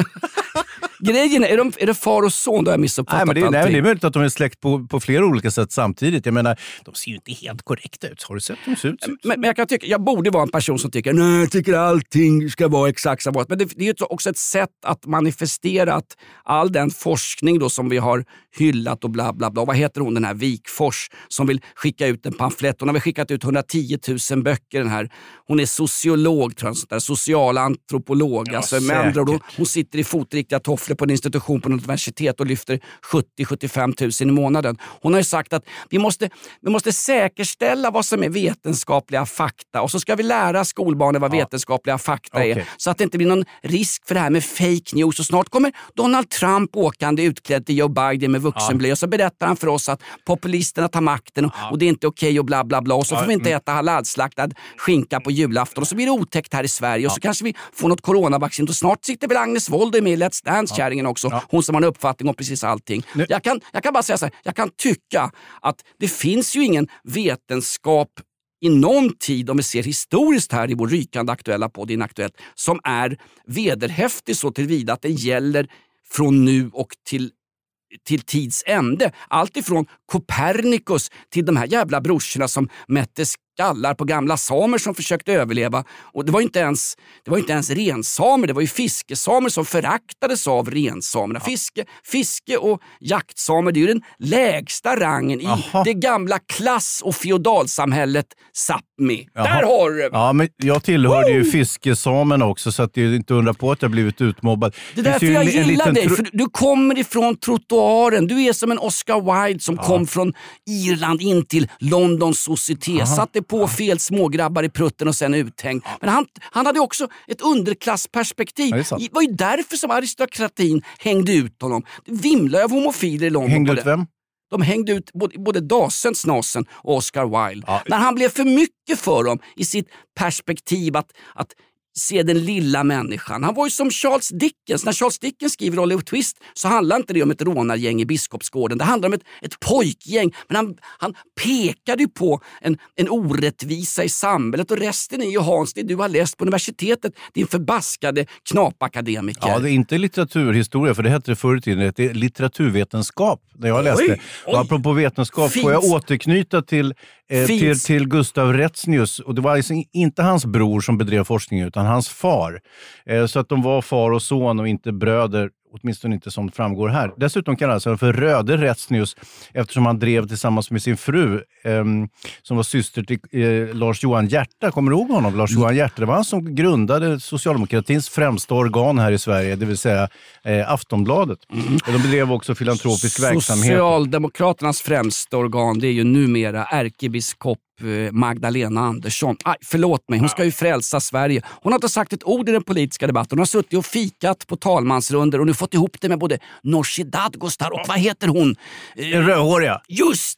grejen är, är, de, är det far och son? Då har jag missuppfattat nej, men det, allting. Nej, men det är möjligt att de är släkt på, på flera olika sätt samtidigt. Jag menar, de ser ju inte helt korrekta ut. Har du sett dem se ut? Men, men jag kan tycka, jag borde vara en person som tycker, nej, jag tycker allting ska vara exakt samma. Men det, det är ju också ett sätt att manifestera att all den forskning då som vi har hyllat och bla bla bla. Vad heter hon, den här Wikfors som vill skicka ut en pamflett? Hon har väl skickat ut hundratio tusen böcker, den här. Hon är sociolog, tror jag, sånt där, social antropolog. Ja, alltså, med andra ord, hon sitter i fotriktiga tofflor på en institution på en universitet och lyfter sjuttio till sjuttiofem tusen i månaden. Hon har ju sagt att vi måste, vi måste säkerställa vad som är vetenskapliga fakta, och så ska vi lära skolbarnen vad ja. vetenskapliga fakta okay. är, så att det inte blir någon risk för det här med fake news. Och snart kommer Donald Trump åkande utklädd till Joe Biden med vuxenblöja, ja. och så berättar han för oss att populisterna tar makten och, ja. och det är inte okej okay och bla bla bla, och så ja. får vi inte äta halalslaktad skinka på julafton, och så blir det otäckt här i Sverige, ja. och så kanske vi får något coronavaccin, och snart sitter väl Agnes Wold med i Let's Dance-kärringen ja. också, ja. hon som har en uppfattning om precis allting. Jag kan, jag kan bara säga så här, jag kan tycka att det finns ju ingen vetenskap i någon tid, om vi ser historiskt här i vår rykande aktuella podd Inaktuellt, som är vederhäftig så tillvida att den gäller från nu och till till tids ände. Allt ifrån Copernicus till de här jävla brorsorna som mätte skallar på gamla samer som försökte överleva. Och det var ju inte ens, det var inte ens rensamer, det var ju fiskesamer som föraktades av rensamerna. Fiske, fiske och jaktsamer, det är ju den lägsta rangen i Aha. det gamla klass- och feodalsamhället Sápmi. Där har du! Ja, men jag tillhörde ju fiskesamerna också, så att det är inte undra på att jag blivit utmobbad. Det är därför jag gillar dig, tro- för du kommer ifrån trottoaren. Du är som en Oscar Wilde som ja. kom från Irland in till Londons societé. Satte på fel smågrabbar i prutten och sen uthängd. Ja. Men han, han hade också ett underklassperspektiv. Ja, det var ju därför som aristokratin hängde ut honom. Det vimlade av homofiler i London. Hängde ut vem? De hängde ut både, både Dasen, Snasen och Oscar Wilde. Ja. När han blev för mycket för dem i sitt perspektiv att, att se den lilla människan. Han var ju som Charles Dickens. När Charles Dickens skriver Oliver Twist så handlar inte det om ett rånargäng i Biskopsgården. Det handlar om ett, ett pojkgäng. Men han, han pekade ju på en, en orättvisa i samhället, och resten är ju, Hans, det du har läst på universitetet, din förbaskade knapakademiker. Ja, det är inte litteraturhistoria, för det hette det förr i tiden. Det är litteraturvetenskap när jag läste. Oj, oj. Och apropå vetenskap Fint. får jag återknyta till Eh, till, till Gustav Rättsnius, och det var alltså inte hans bror som bedrev forskning utan hans far. Eh, så att de var far och son och inte bröder, åtminstone inte som framgår här. Dessutom kan alltså för Röde Rättsnius, eftersom han drev tillsammans med sin fru eh, som var syster till eh, Lars Johan Hierta. Kommer du ihåg honom? Lars Johan Hierta, det var han som grundade socialdemokratins främsta organ här i Sverige, det vill säga eh, Aftonbladet. Mm. De bedrev också filantropisk verksamhet. Socialdemokraternas främsta organ, det är ju numera ärkebiskop Magdalena Andersson. Aj, förlåt mig, hon ska ju frälsa Sverige. Hon har inte sagt ett ord i den politiska debatten. Hon har suttit och fikat på talmansrunder och nu fått ihop det med både Nooshi Dadgostar och vad heter hon? En rödhåriga. Just det!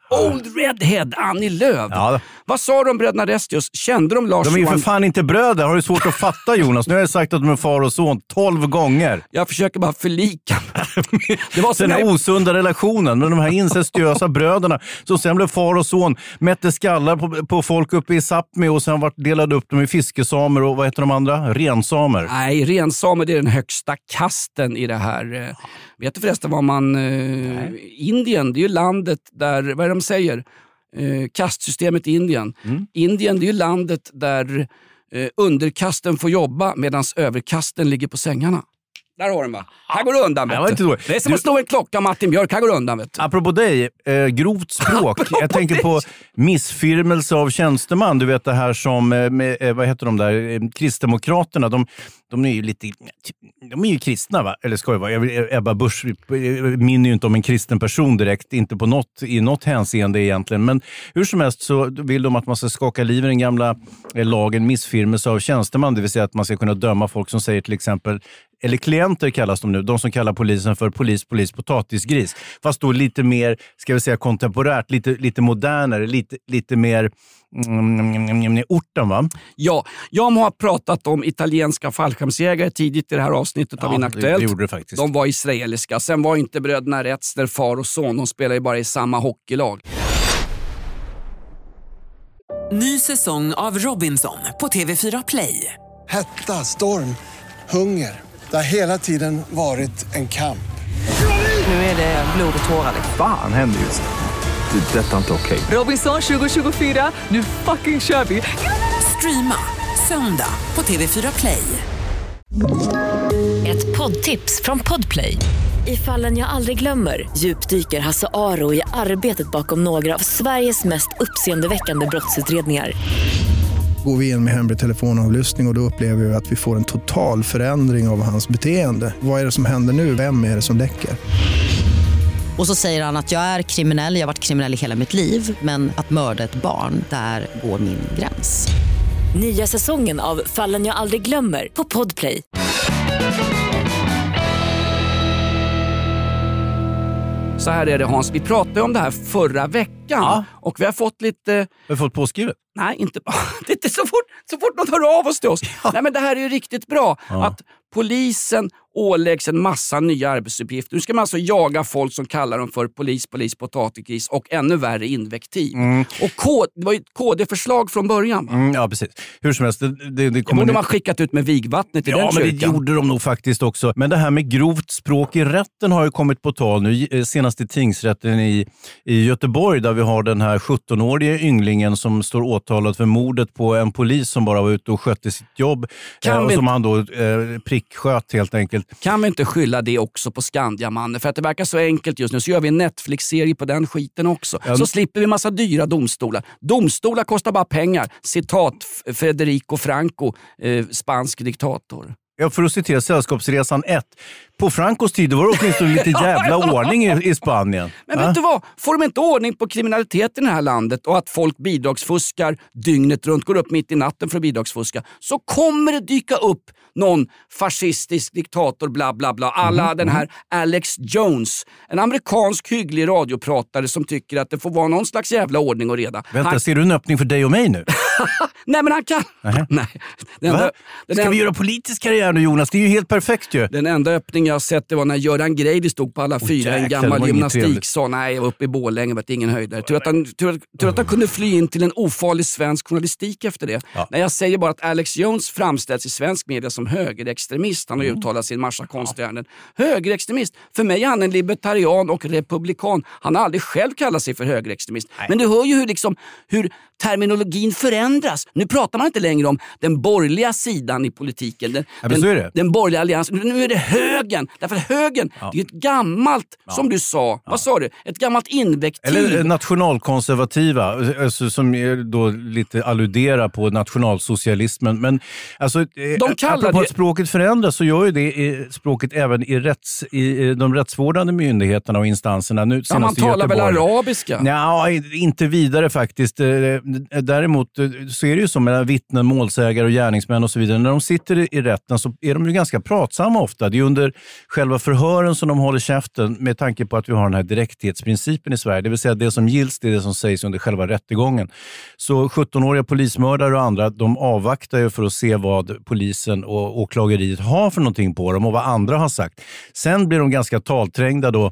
Old Redhead, Annie Lööf. Ja. Vad sa de bröderna Restius? Kände de Lars De är ju för Johan... fan inte bröder. Har du svårt att fatta, Jonas? Nu har jag sagt att de är far och son tolv gånger. Jag försöker bara förlika mig. Det var Den här här... osunda relationen med de här incestuösa bröderna som sen blev far och son, mätte skallar på, på folk uppe i Sápmi och sen vart delade upp dem i fiskesamer och vad heter de andra? Rensamer. Nej, rensamer det är den högsta kasten i det här. Vet du förresten vad man... Eh, Indien, det är ju landet där, vad är det de säger? Eh, kastsystemet i Indien. Mm. Indien, det är ju landet där eh, underkasten får jobba medan överkasten ligger på sängarna. Där har den va? Här går det undan. Ja, det, det är som att slå en klocka, Martin Björk. Här går det undan. Vet du. Apropå dig, eh, grovt språk. Jag tänker på missfirmelse av tjänsteman. Du vet det här som, eh, med, eh, vad heter de där, eh, Kristdemokraterna. De, de är ju lite, de är ju kristna va? Eller ska det vara? Ebba Busch minner ju inte om en kristen person direkt. Inte på något, i något hänseende egentligen. Men hur som helst så vill de att man ska skaka liv i den gamla eh, lagen missfirmelse av tjänsteman. Det vill säga att man ska kunna döma folk som säger till exempel, eller klienter kallas de nu, de som kallar polisen för polis, polis, potatisgris. Fast då lite mer, ska vi säga kontemporärt, lite, lite modernare, lite, lite mer mm, orten va? Ja, jag har pratat om italienska fallskärmsjägare tidigt i det här avsnittet ja, av Inaktuellt. Det gjorde det faktiskt. De var israeliska, sen var inte bröderna Rätzner far och son, de spelar ju bara i samma hockeylag. Ny säsong av Robinson på T V fyra Play. Hetta, storm, hunger. Det har hela tiden varit en kamp. Nu är det blod och tårar. Fan händer just det. Det är detta inte okej. Robinson tjugo tjugofyra, nu fucking kör vi. Streama söndag på T V fyra Play. Ett poddtips från Podplay. I Fallen jag aldrig glömmer djupdyker Hasse Aro i arbetet bakom några av Sveriges mest uppseendeväckande brottsutredningar. Går vi in med hemlig telefonavlyssning och, och då upplever vi att vi får en total förändring av hans beteende. Vad är det som händer nu? Vem är det som läcker? Och så säger han att jag är kriminell, jag har varit kriminell i hela mitt liv. Men att mörda ett barn, där går min gräns. Nya säsongen av Fallen jag aldrig glömmer på Podplay. Så här är det Hans, vi pratade om det här förra veckan ja. Och vi har fått lite... Vi har fått påskrivet? Nej, inte, det är inte så fort, så fort någon hör av oss till oss. Ja. Nej men det här är ju riktigt bra. Ja. Att polisen åläggs en massa nya arbetsuppgifter. Nu ska man alltså jaga folk som kallar dem för polis, polis, potatisgris och ännu värre invektiv. Mm. Och K, det var ju ett K D-förslag från början. Mm, ja, precis. Hur som helst. Det, det, det, det borde man skickat ut med vigvattnet i ja, den kyrkan. Ja, men det gjorde de nog faktiskt också. Men det här med grovt språk i rätten har ju kommit på tal nu. Senast i tingsrätten i, i Göteborg där vi har den här sjuttonårige ynglingen som står åtalad för mordet på en polis som bara var ute och skötte sitt jobb. Eh, och som inte... han då eh, pricksköt helt enkelt. Kan vi inte skylla det också på Skandiamannen? För att det verkar så enkelt just nu så gör vi en Netflix-serie på den skiten också. Ja. Så slipper vi massa dyra domstolar. Domstolar kostar bara pengar. Citat Federico Franco, eh, spansk diktator. Ja, för att citera Sällskapsresan ett. På Francos tid var det åtminstone lite jävla ordning i, i Spanien. Men vet du vad? Får de inte ordning på kriminaliteten i det här landet och att folk bidragsfuskar dygnet runt, går upp mitt i natten för att bidragsfuska, så kommer det dyka upp någon fascistisk diktator bla bla bla. Alla mm, den här mm. Alex Jones, en amerikansk hygglig radiopratare som tycker att det får vara någon slags jävla ordning och reda. Vänta, han... ser du en öppning för dig och mig nu? Nej, men han kan... Uh-huh. Nej. Den enda, den Ska enda... vi göra politisk karriär nu, Jonas? Det är ju helt perfekt ju. Den enda öppning jag har sett det var när Göran Greidy stod på alla oh, fyra i en gammal gymnastiksal. Nej, jag var uppe i Borlänge, var ingen höjdare. Tur att, han, tur, tur att han kunde fly in till en ofarlig svensk journalistik efter det. Ja. Nej, jag säger bara att Alex Jones framställs i svensk media som högerextremist. Han har mm. uttalat sin massa konstiga ärenden. Högerextremist. För mig är han en libertarian och republikan. Han har aldrig själv kallat sig för högerextremist. Nej. Men du hör ju hur, liksom, hur terminologin förändras. Nu pratar man inte längre om den borgerliga sidan i politiken. Den, ja, den, så är det. den borgerliga alliansen. Nu är det högern. Därför att högern, ja. det är ett gammalt, ja. som du sa, ja. vad sa du? Ett gammalt invektiv. Eller nationalkonservativa, alltså, som då lite alluderar på nationalsocialismen. Men alltså, de kallar det... det... språket förändras så gör ju det i språket även i, rätts, i de rättsvårdande myndigheterna och instanserna. Nu, ja, man talar väl arabiska? Ja, inte vidare faktiskt. Däremot så är det ju så med vittnen, målsägare och gärningsmän och så vidare. När de sitter i rätten så är de ju ganska pratsamma ofta. Det är under själva förhören som de håller käften med tanke på att vi har den här direkthetsprincipen i Sverige. Det vill säga det som gills, det är det som sägs under själva rättegången. Så sjuttonåriga polismördare och andra, de avvaktar ju för att se vad polisen och åklageriet har för någonting på dem och vad andra har sagt. Sen blir de ganska talträngda då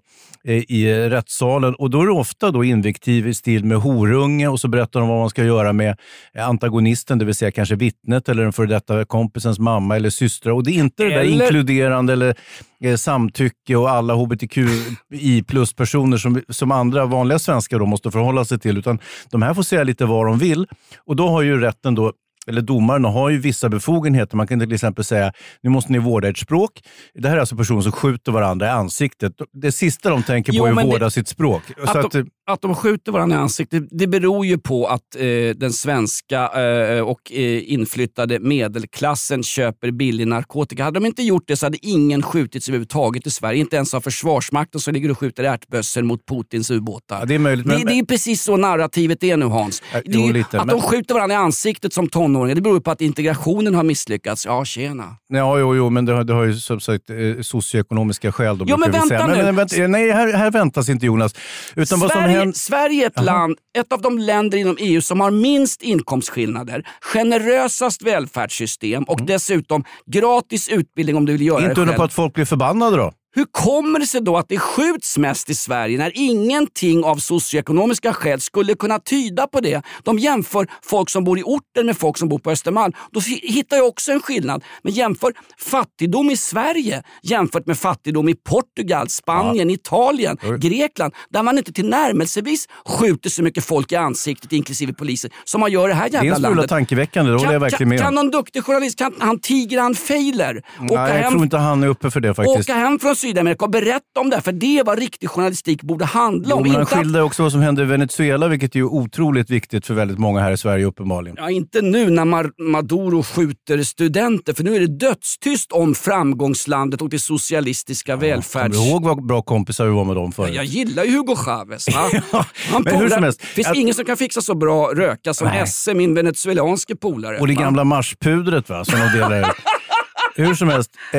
i rättssalen och då är det ofta då invektiv i stil med horunge och så berättar de vad man ska göra med antagonisten, det vill säga kanske vittnet eller den före detta kompisens mamma eller syster. Och det är inte eller... det där inkluderande eller eh, samtycke och alla H B T Q I plus personer som, som andra vanliga svenskar då måste förhålla sig till, utan de här får säga lite vad de vill. Och då har ju rätten då, eller domarna har ju vissa befogenheter. Man kan till exempel säga, nu måste ni vårda ert språk. Det här är alltså personer som skjuter varandra i ansiktet. Det sista de tänker på jo, är att vårda det, sitt språk. Att, Så att, de, att de skjuter varandra i ansiktet, det beror ju på att eh, den svenska eh, och eh, inflyttade medelklassen köper billig narkotika. Hade de inte gjort det så hade ingen skjutits överhuvudtaget i Sverige. Inte ens av försvarsmakten som ligger och skjuter ärtbössor mot Putins ubåtar. Ja, det är möjligt. Men, det, det är precis så narrativet är nu, Hans. Ja, det är, lite, att men... de skjuter varandra i ansiktet som tonåringar. Det beror på att integrationen har misslyckats. Ja, tjena. Ja, jo, jo men det har, det har ju som sagt eh, socioekonomiska skäl. Jo, men vänta säga. nu. Men, men, vänta, nej, här, här väntas inte, Jonas. Utan Sverige, vad som händer... Sverige är ett Aha. land, ett av de länder inom E U som har minst inkomstskillnader, generösast välfärdssystem och mm. dessutom gratis utbildning om du vill göra inte det själv. Inte under på att folk blir förbannade då? Hur kommer det sig då att det skjuts mest i Sverige när ingenting av socioekonomiska skäl skulle kunna tyda på det? De jämför folk som bor i orten med folk som bor på Östermalm. Då hittar jag också en skillnad. Men jämför fattigdom i Sverige jämfört med fattigdom i Portugal, Spanien, ja. Italien, mm. Grekland. Där man inte till närmelsevis skjuter så mycket folk i ansiktet, inklusive poliser, som man gör i det här jävla landet. Det är en smula tankeväckande, det håller jag verkligen med. Kan någon duktig journalist, kan han Tigran Feiler Nej, jag hem, tror inte han är uppe för det faktiskt. Åka hem från Sydamerika och berätta om det, för det var riktig journalistik borde handla jo, om. Men han inte skiljer också vad som hände i Venezuela, vilket är ju otroligt viktigt för väldigt många här i Sverige uppenbarligen. Ja, inte nu när Mar- Maduro skjuter studenter, för nu är det dödstyst om framgångslandet och det socialistiska ja, välfärds... Kommer du ihåg vad bra kompisar vi var med dem förut? Ja, jag gillar ju Hugo Chavez. Va? Han men hur som helst. Det finns att... ingen som kan fixa så bra röka som Nej. Esse, min venezuelanske polare. Och det va? gamla marspudret va, som de delar ut. Hur som helst... Eh...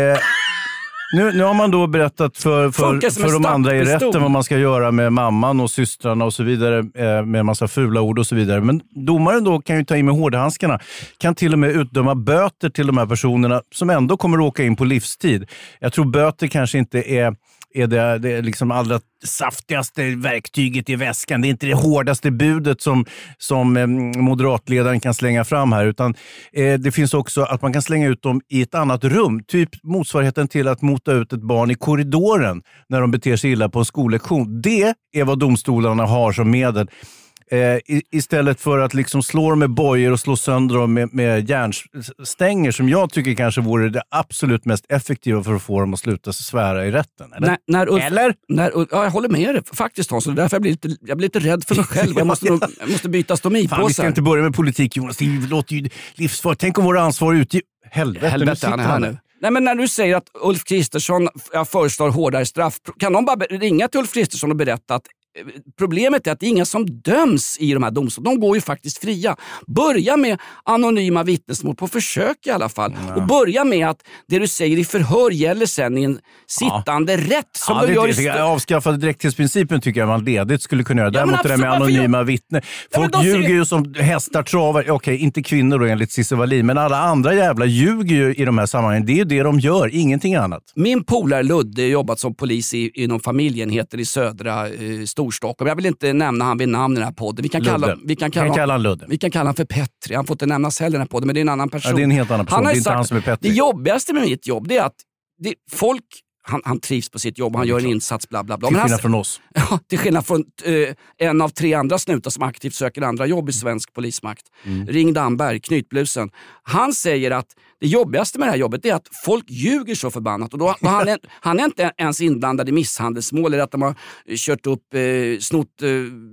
Nu, nu har man då berättat för, för, för de andra i rätten vad man ska göra med mamman och systrarna och så vidare, eh, med en massa fula ord och så vidare. Men domaren då kan ju ta in med hårdhandskarna, kan till och med utdöma böter till de här personerna som ändå kommer att åka in på livstid. Jag tror böter kanske inte är, är det, det är liksom allra saftigaste verktyget i väskan. Det är inte det hårdaste budet som, som eh, moderatledaren kan slänga fram här, utan eh, det finns också att man kan slänga ut dem i ett annat rum. Typ motsvarigheten till att mota ut ett barn i korridoren när de beter sig illa på en skollektion. Det är vad domstolarna har som medel. Eh, istället för att liksom slå dem med bojor och slå sönder dem med, med järnstänger, som jag tycker kanske vore det absolut mest effektiva för att få dem att sluta svära i rätten. Eller? När, när Ulf, eller? När, ja, jag håller med dig faktiskt, Hans. Det är därför jag blir lite, jag blir lite rädd för mig själv. Jag måste, nog, jag måste byta stomipåsar. Fan, vi ska inte börja med politik, Jonas. Det låter ju livsfarligt. Tänk om våra ansvar utgiv... Helvete, Helvete han är här nu. Nej, men när du säger att Ulf Kristersson föreslår hårdare straff, kan någon bara ringa till Ulf Kristersson och berätta att problemet är att det är inga som döms i de här domstolarna. De går ju faktiskt fria. Börja med anonyma vittnesmål på försök i alla fall. Ja. Och börja med att det du säger i förhör gäller sen i en sittande ja. rätt. Som ja, du gör i st- avskaffade direkthetsprincipen tycker jag man ledigt skulle kunna göra. Ja, Däremot det där med anonyma jag... vittnen. Folk ja, ljuger ju som hästar travar. Okej, okay, inte kvinnor då enligt Cissi Wallin, men alla andra jävla ljuger ju i de här sammanhangen. Det är ju det de gör, ingenting annat. Min polare Ludde har jobbat som polis i, inom familjeenheter i södra eh, Storstockholm. Jag vill inte nämna han vid namn i den här podden. Vi kan kalla, vi kan kalla, kan kalla han Ludde. Vi kan kalla han för Petri. Han får inte nämnas heller i den här podden, men det är en annan person. Ja, det är en helt annan person. Han har det är inte sagt, han som är Petri. Det jobbigaste med mitt jobb det är att det, folk... Han, han trivs på sitt jobb, han gör en insats, bla bla bla. Till skillnad han, från oss. Ja, till skillnad från eh, en av tre andra snutar som aktivt söker andra jobb i svensk polismakt. Mm. Ring Damberg, knytblusen. Han säger att det jobbigaste med det här jobbet är att folk ljuger så förbannat. Och då, och han, är, han är inte ens inblandad i misshandelsmål eller att de har kört upp, eh, snott eh,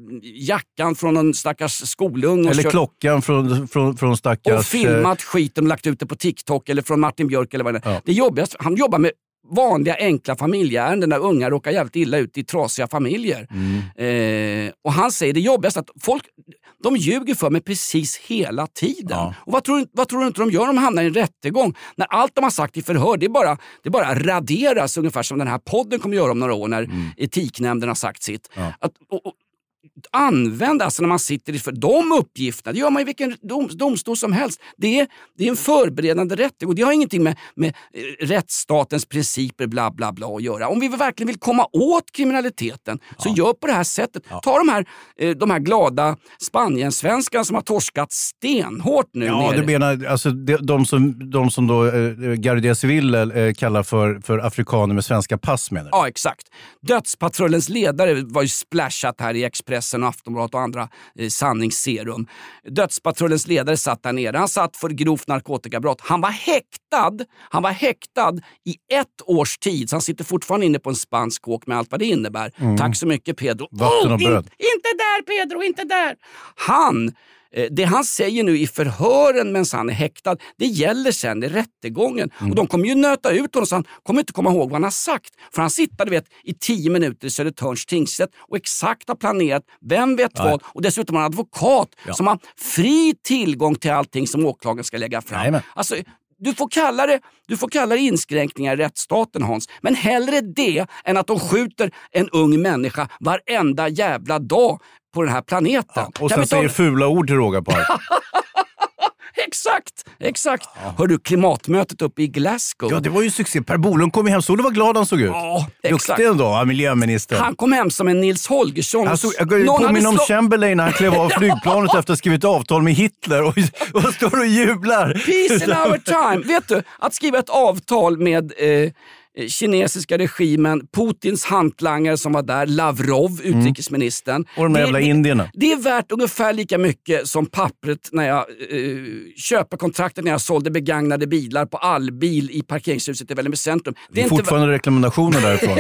jackan från en stackars skolung. Eller kört, klockan från, från, från stackars... Och filmat skiten och lagt ut det på TikTok eller från Martin Björk eller vad det är. Ja. Det jobbigaste, han jobbar med vanliga enkla familjeärenden där unga råkar jävligt illa ut i trasiga familjer. Mm. Eh, och han säger det jobbigaste att folk, de ljuger för mig precis hela tiden. Ja. Och vad tror, vad tror du inte de gör om de hamnar i en rättegång? När allt de har sagt i förhör, det är bara, det är bara raderas ungefär som den här podden kommer göra om några år när mm. etiknämnden har sagt sitt. Ja. Att, och, och, använda alltså när man sitter i för de uppgifterna. Det gör man i vilken dom, domstol som helst. Det är, det är en förberedande rättegång. Det har ingenting med, med rättsstatens principer bla bla bla att göra. Om vi verkligen vill komma åt kriminaliteten ja. så gör på det här sättet. Ja. Ta de här, de här glada Spaniensvenskarna som har torskat stenhårt nu. Ja, nere. Du menar alltså de, de som, de som då eh, Guardia Civil eh, kallar för, för afrikaner med svenska pass menar du? Ja, exakt. Dödspatrullens ledare var ju splashat här i Expressen och Aftonbladet och andra eh, sanningsserum. Dödspatrullens ledare satt där nere. Han satt för grovt narkotikabrott. Han var häktad. Han var häktad i ett års tid. Så han sitter fortfarande inne på en spansk kåk med allt vad det innebär. Mm. Tack så mycket, Pedro. Vatten och oh, bröd. In, inte där, Pedro, inte där. Han... Det han säger nu i förhören medan han är häktad, det gäller sen i rättegången. Mm. Och de kommer ju nöta ut honom så han kommer inte komma ihåg vad han har sagt. För han sitter vet, i tio minuter i Södertörns tingsrätt och exakt har planerat vem vet ja. vad. Och dessutom har en advokat ja. som har fri tillgång till allting som åklagaren ska lägga fram. Nej, alltså, du får kalla det, du får kalla det inskränkningar i rättsstaten, Hans. Men hellre det än att de skjuter en ung människa varenda jävla dag på den här planeten. Ja, och sen säger ta... fula ord till råga på allt. Exakt, exakt. Ja. Hör du klimatmötet uppe i Glasgow? Ja, det var ju succé. Per Bolund kom hem, så det var glad han såg ut. Ja, exakt. Duktig ändå, miljöminister. Han kom hem som en Nils Holgersson. Alltså, jag påminner om slå... Chamberlain när han klev av flygplanet efter att ha skrivit avtal med Hitler och, och står och jublar. Peace in our time. Vet du, att skriva ett avtal med... Eh, kinesiska regimen, Putins hantlangare som var där, Lavrov, utrikesministern. Mm. Och de jävla det, indierna. Det är värt ungefär lika mycket som pappret när jag eh, köper kontraktet när jag sålde begagnade bilar på Allbil i parkeringshuset i Vällingby centrum. Det är, det är fortfarande värt... rekommendationer därifrån.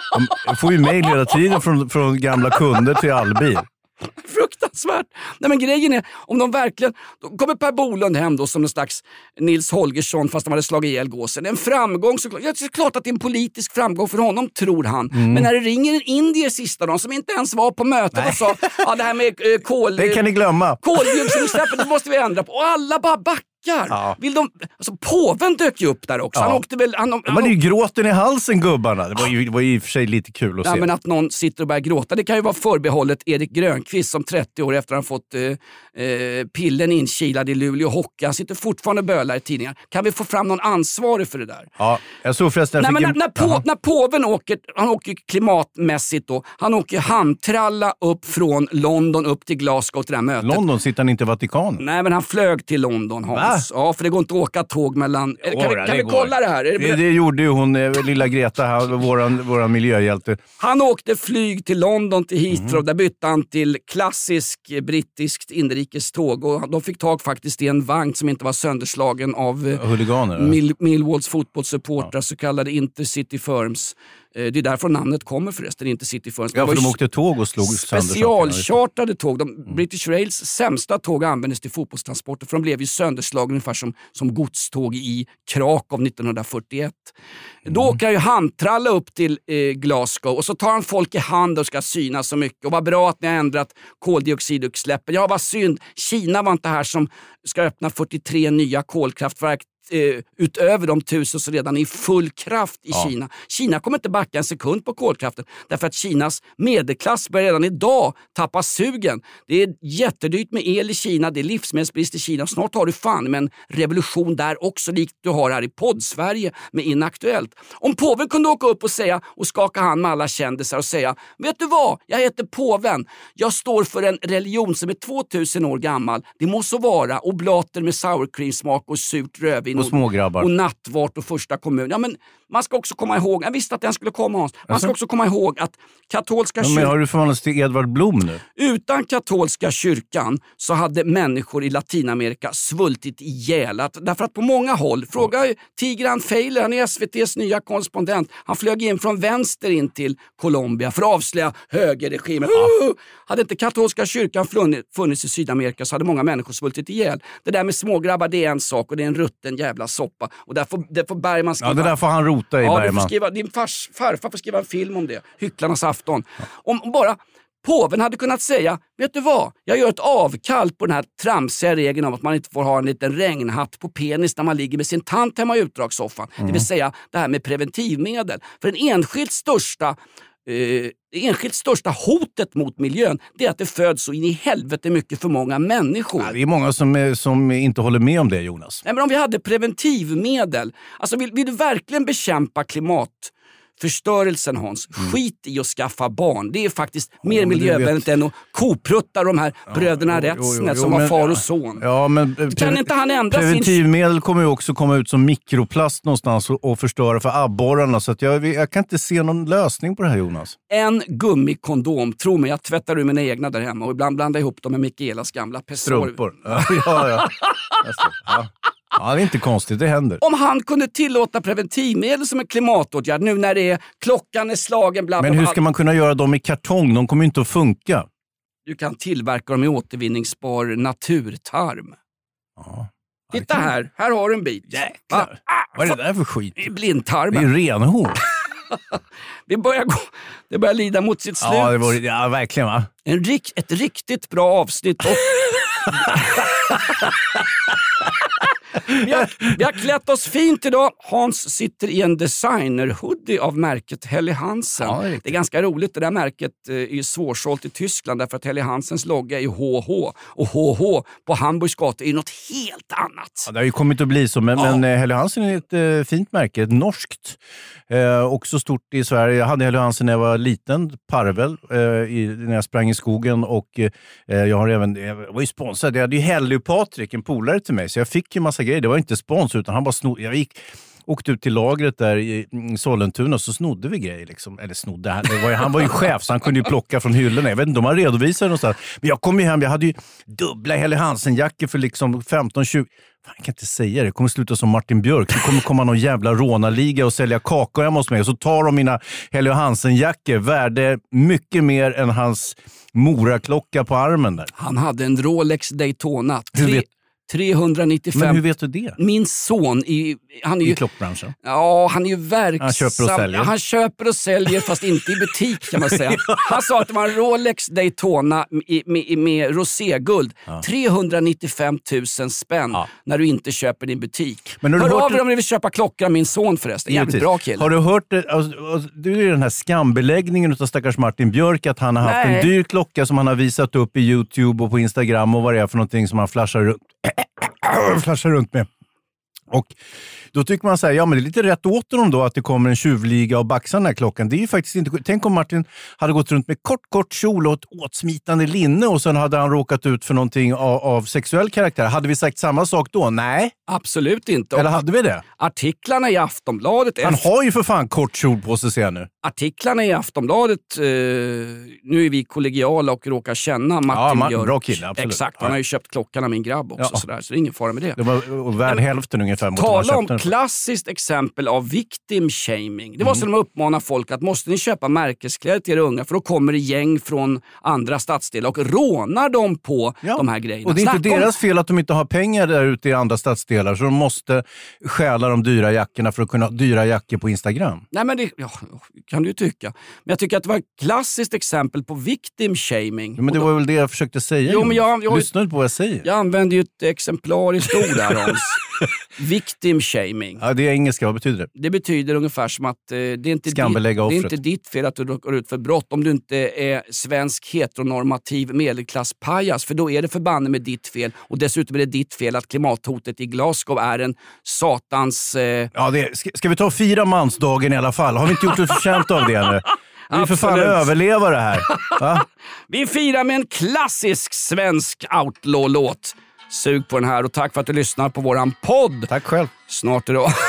De får ju mejl hela tiden från, från gamla kunder till Allbil. Fruktansvärt. Nej, men grejen är, om de verkligen... Då kommer Per Bolund hem då som en slags Nils Holgersson fast de hade slagit ihjäl gåsen. En framgång såklart. Ja, det är klart att det är en politisk framgång för honom, tror han. Mm. Men när det ringer en indier sista dagen som inte ens var på mötet och sa ja, det här med eh, kol... Det kan ni glömma. Koldioxidutsläppet, det måste vi ändra på. Och alla bara backar. Ja. Vill de, alltså, påven dök ju upp där också. Ja. Han åkte väl... Han, han, han, men det är ju gråten i halsen, gubbarna. Det var ju, det var ju i och för sig lite kul att ja, se. Men att någon sitter och börjar gråta, det kan ju vara förbehållet Erik Grönqvist som trettio år efter att han fått eh, eh, pillen inkilad i Luleå hockey. Han sitter fortfarande och bölar i tidningar. Kan vi få fram någon ansvarig för det där? Ja, jag såg förresten... Nej, men när, när, på, när påven åker, han åker klimatmässigt då, han åker handtralla upp från London upp till Glasgow till det här mötet. London sitter han inte i Vatikanen? Nej, men han flög till London, Hans. Va? Ja, för det går inte att åka tåg mellan... Kan, Åra, vi, kan vi kolla det här? Det, det, det gjorde ju hon, lilla Greta, här, våran, våran miljöhjälte. Han åkte flyg till London, till Heathrow. Mm. Där bytte han till klassisk brittiskt inrikeståg. Och de fick tag faktiskt i en vagn som inte var sönderslagen av huliganer, Mill, Millwalls fotbollssupportrar, ja. Så kallade Intercity Firms. Det är därför namnet kommer förresten, Intercity Firms. Ja, för de åkte tåg och slog sönder. Specialchartade tåg. De, mm. British Rails sämsta tåg användes till fotbollstransporter, för de blev ju sönderslagna ungefär som, som godståg i Krakow nittonhundrafyrtioett. Mm. Då åker han ju handtralla upp till eh, Glasgow och så tar han folk i hand och ska syna så mycket. Och vad bra att ni har ändrat koldioxidutsläppen. Ja, vad synd. Kina var inte här som ska öppna fyrtiotre nya kolkraftverk eh, utöver de tusen som redan är i full kraft i ja. Kina. Kina kommer inte backa en sekund på kolkraften därför att Kinas medelklass börjar redan idag tappa sugen. Det är jättedyrt med el i Kina, det är livsmedelsbrist i Kina. Snart har du fan med en revolution där också, likt du har här i podd-Sverige med Inaktuellt. Om påven kunde åka upp och säga och skaka hand med alla kändisar och säga, vet du vad, jag heter påven, jag står för en religion som är tvåtusen år gammal, det måste vara oblater med sour cream smak och surt rödvin och, smågrabbar. och nattvart och första kommun. Ja, men man ska också komma ihåg, jag visste att den skulle komma, Hans. Man ska också komma ihåg att katolska kyrkan... Men har du förvandlats till Edvard Blom nu? Utan katolska kyrkan så hade människor i Latinamerika svultit ihjäl. Att, därför att på många håll, fråga Tigran Feiler, han är S V T:s nya korrespondent. Han flög in från vänster in till Colombia för att avslöja högerregimen. Ja. Uh, hade inte katolska kyrkan funnits i Sydamerika så hade många människor svultit ihjäl. Det där med smågrabbar, det är en sak och det är en rutten jävla soppa. Och där får, där får Bergman skriva... Ja, det där får han rota i, ja, Bergman. Får skriva, din fars, farfar får skriva en film om det. Hycklarnas afton. Om, om bara påven hade kunnat säga, vet du vad? Jag gör ett avkall på den här tramsiga regeln om att man inte får ha en liten regnhatt på penis när man ligger med sin tant hemma i utdragssoffan. Mm. Det vill säga det här med preventivmedel. För den enskilt största... Uh, det enskilt största hotet mot miljön, det är att det föds så in i helvete mycket för många människor. Ja, det är många som, är, som inte håller med om det, Jonas. Nej, men om vi hade preventivmedel, alltså vill, vill du verkligen bekämpa klimatförstörelsen, Hans? Mm. Skit i att skaffa barn. Det är faktiskt oh, mer miljövänligt än att koprutta de här ja, bröderna jo, Rättsnät jo, jo, jo, som var far och son. Ja, men pre- kan inte han ändra preventivmedel sin... kommer ju också komma ut som mikroplast någonstans och, och förstöra för abborrarna. Så att jag, jag kan inte se någon lösning på det här, Jonas. En gummikondom, tro mig, jag tvättar ur mina egna där hemma och ibland blandar ihop dem med Mikaelas gamla Pessorv. Strumpor. Ja, ja, ja. ja. Ja, det är inte konstigt, det händer. Om han kunde tillåta preventivmedel som en klimatåtgärd nu när det är, klockan är slagen, bla, bla, Men hur ska man kunna göra dem i kartong? De kommer inte att funka. Du kan tillverka dem i återvinningsbar naturtarm. Ja. Titta här, här har du en bit. Jäklar. Ah, vad är det där för skit? Det är blindtarmen. Det är renhår. det, börjar gå, det börjar lida mot sitt slut. Ja, det var, ja verkligen va? En rik, ett riktigt bra avsnitt. Och vi, har, vi har klätt oss fint idag. Hans sitter i en designer-hoodie av märket Helly Hansen. Ja, det, är det är ganska roligt. Det där märket är ju svårsålt i Tyskland därför att Helly Hansens logga är H H. Och H H på Hamburgs gata är ju något helt annat. Ja, det har ju kommit att bli så. Men, ja. men Helly Hansen är ett eh, fint märke. Ett norskt. Eh, också stort i Sverige. Jag hade Helly Hansen när jag var liten. Parvel. Eh, i, när jag sprang i skogen. Och eh, jag har även... Jag var ju sponsrad. Jag hade ju Helly och Patrik, en polare till mig. Så jag fick ju massa grejer. Det var inte spons utan han bara snodde. Jag gick, åkte ut till lagret där i Sollentuna och så snodde vi grejer liksom. Eller snodde, det var ju, han var ju chef så han kunde ju plocka från hyllorna. Jag vet inte om han redovisade någonstans. Men jag kom ju hem, jag hade ju dubbla Helly Hansen-jackor för liksom femton tjugo. Fan, jag kan inte säga det. Det kommer sluta som Martin Björk. Det kommer komma någon jävla rånarliga och sälja kakor hemma hos mig. Och så tar de mina Helly Hansen-jackor värde mycket mer än hans moraklocka på armen där. Han hade en Rolex Daytona. Hur vet trehundranittiofem. Men hur vet du det? Min son är, han är ju, i klockbranschen. Ja, han är ju verksam. Han köper och säljer. Han köper och säljer fast inte i butik kan man säga. Han sa att det var en Rolex Daytona med, med, med roséguld. Ja. trehundranittiofem tusen spänn ja. När du inte köper din butik. Men hör av dig om du vill köpa klockan av min son förresten. Jävligt bra kille. Har du hört det? Alltså, du är den här skambeläggningen av stackars Martin Björk att han har haft Nej. en dyr klocka som han har visat upp i YouTube och på Instagram och vad det är för någonting som han flashar runt. flashar runt med. Och då tycker man säga, ja men det är lite rätt åt honom då att det kommer en tjuvliga och baxar den här klockan. Det är ju faktiskt inte... Tänk om Martin hade gått runt med kort, kort kjol och ett åtsmitande linne och sen hade han råkat ut för någonting av, av sexuell karaktär. Hade vi sagt samma sak då? Nej. Absolut inte. Eller hade vi det? Artiklarna i Aftonbladet... Han efter... har ju för fan kort kjol på sig, ser jag nu. Artiklarna i Aftonbladet, eh, nu är vi kollegiala och råkar känna Martin ja, man, Björk. Bra kille, absolut. Exakt, han ja. har ju köpt klockan av min grabb också, ja. sådär, så det är ingen fara med det. Det var värd hälften ungefär mot Tala om klassiskt exempel av victim shaming. Det var mm. så de uppmanar folk att måste ni köpa märkeskläder till era unga för då kommer det gäng från andra stadsdelar och rånar dem på ja. de här grejerna. Och det är Snack inte om... deras fel att de inte har pengar där ute i andra stadsdelar så de måste stjäla de dyra jackorna för att kunna ha dyra jackor på Instagram. Nej men det ja, kan du ju tycka. Men jag tycker att det var ett klassiskt exempel på victim shaming. Ja, men det då... var väl det jag försökte säga. Jo, men jag, jag... Lyssna på vad jag säger. Jag använder ju ett exemplariskt ord där, Hans. Victim shaming. Ja, det är engelska. Vad betyder det? Det betyder ungefär som att eh, det, är inte ditt, det är inte ditt fel att du råkar ut för brott om du inte är svensk heteronormativ medelklasspajas. För då är det förbanne med ditt fel. Och dessutom är det ditt fel att klimathotet i Glasgow är en satans... Eh... Ja, det är, ska, ska vi ta fyra mansdagen i alla fall? Har vi inte gjort ett förtjänt av det nu? Vi är för fan överleva det här. Va? Vi firar med en klassisk svensk outlaw-låt. Sug på den här och tack för att du lyssnar på våran podd. Tack själv. Snart är det...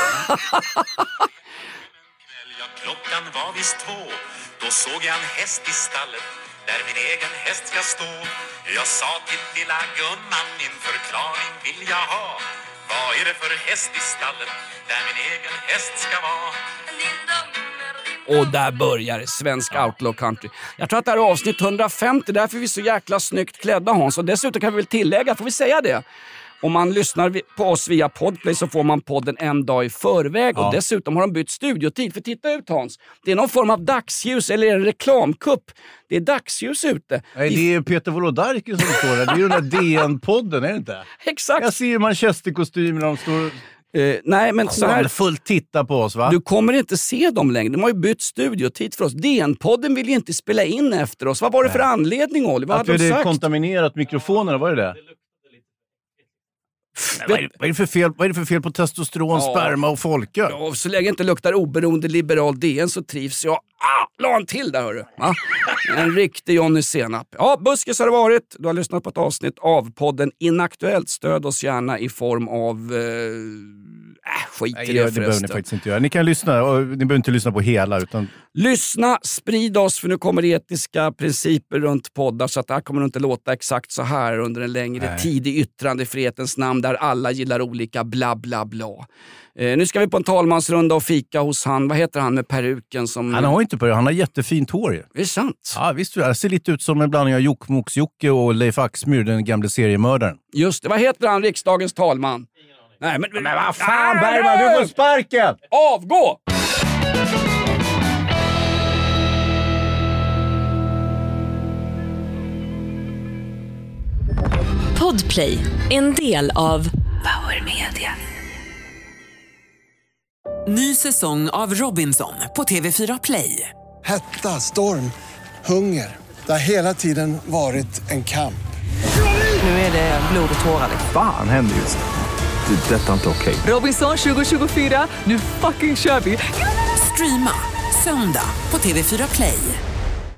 Klockan var visst två. Då såg jag en häst i stallet där min egen häst ska stå. Jag sa till lilla gumman, min förklaring vill jag ha. Vad är det för häst i stallet där min egen häst ska vara? Och där börjar det, svensk outlaw country. Jag tror att det här är avsnitt hundrafemtio, därför är vi så jäkla snyggt klädda, Hans. Och dessutom kan vi väl tillägga, får vi säga det? Om man lyssnar på oss via Podplay så får man podden en dag i förväg. Ja. Och dessutom har de bytt studiotid. För titta ut, Hans. Det är någon form av dagsljus eller en reklamkupp. Det är dagsljus ute. Nej, det är Peter Wolodarski som står där. Det är ju den där D N-podden, är det inte? Exakt. Jag ser ju manchesterkostymer när de står... Uh, nej, men så här, fullt titta på oss, va? Du kommer inte se dem längre. De har ju bytt studiotid för oss. D N-podden vill ju inte spela in efter oss. Vad var det för anledning, Oli? Vad att hade vi de hade sagt? kontaminerat mikrofonerna, var det det? Nej, vad, är det, vad, är det för fel, vad är det för fel på testosteron, ja. sperma och folköl? Ja, så länge inte luktar oberoende liberal D N så trivs jag. Ah, la en till där, hörru. Ah, en riktig Johnny Senap. Ja, buskis har det varit. Du har lyssnat på ett avsnitt av podden Inaktuellt. Stöd oss gärna i form av... Eh, Äh, skit Nej, i det, det behöver ni faktiskt inte göra. Ni kan lyssna, och ni behöver inte lyssna på hela. Utan... Lyssna, sprid oss, för nu kommer etiska principer runt poddar, så att det här kommer inte låta exakt så här under en längre Nej. tid i yttrandefrihetens namn, där alla gillar olika bla bla bla. Eh, nu ska vi på en talmansrunda och fika hos han, vad heter han med peruken? Som... Han har inte peruk, han har jättefint hår. Ju. Det är sant. Ja, visst, det ser lite ut som en blandning av Jokkmokks-Jocke och Leif Axmyr, den gamla seriemördaren. Just det, vad heter han, riksdagens talman? Nej, men, men vad fan, Bergman, du får sparken! Avgå! Podplay, en del av Power Media. Ny säsong av Robinson på T V fyra Play. Hetta, storm, hunger. Det har hela tiden varit en kamp. Nu är det blod och tårar. Fan händer just det. Det är detta inte okej. Robinson tjugo tjugofyra, nu fucking kör vi. Streama söndag på T V fyra Play.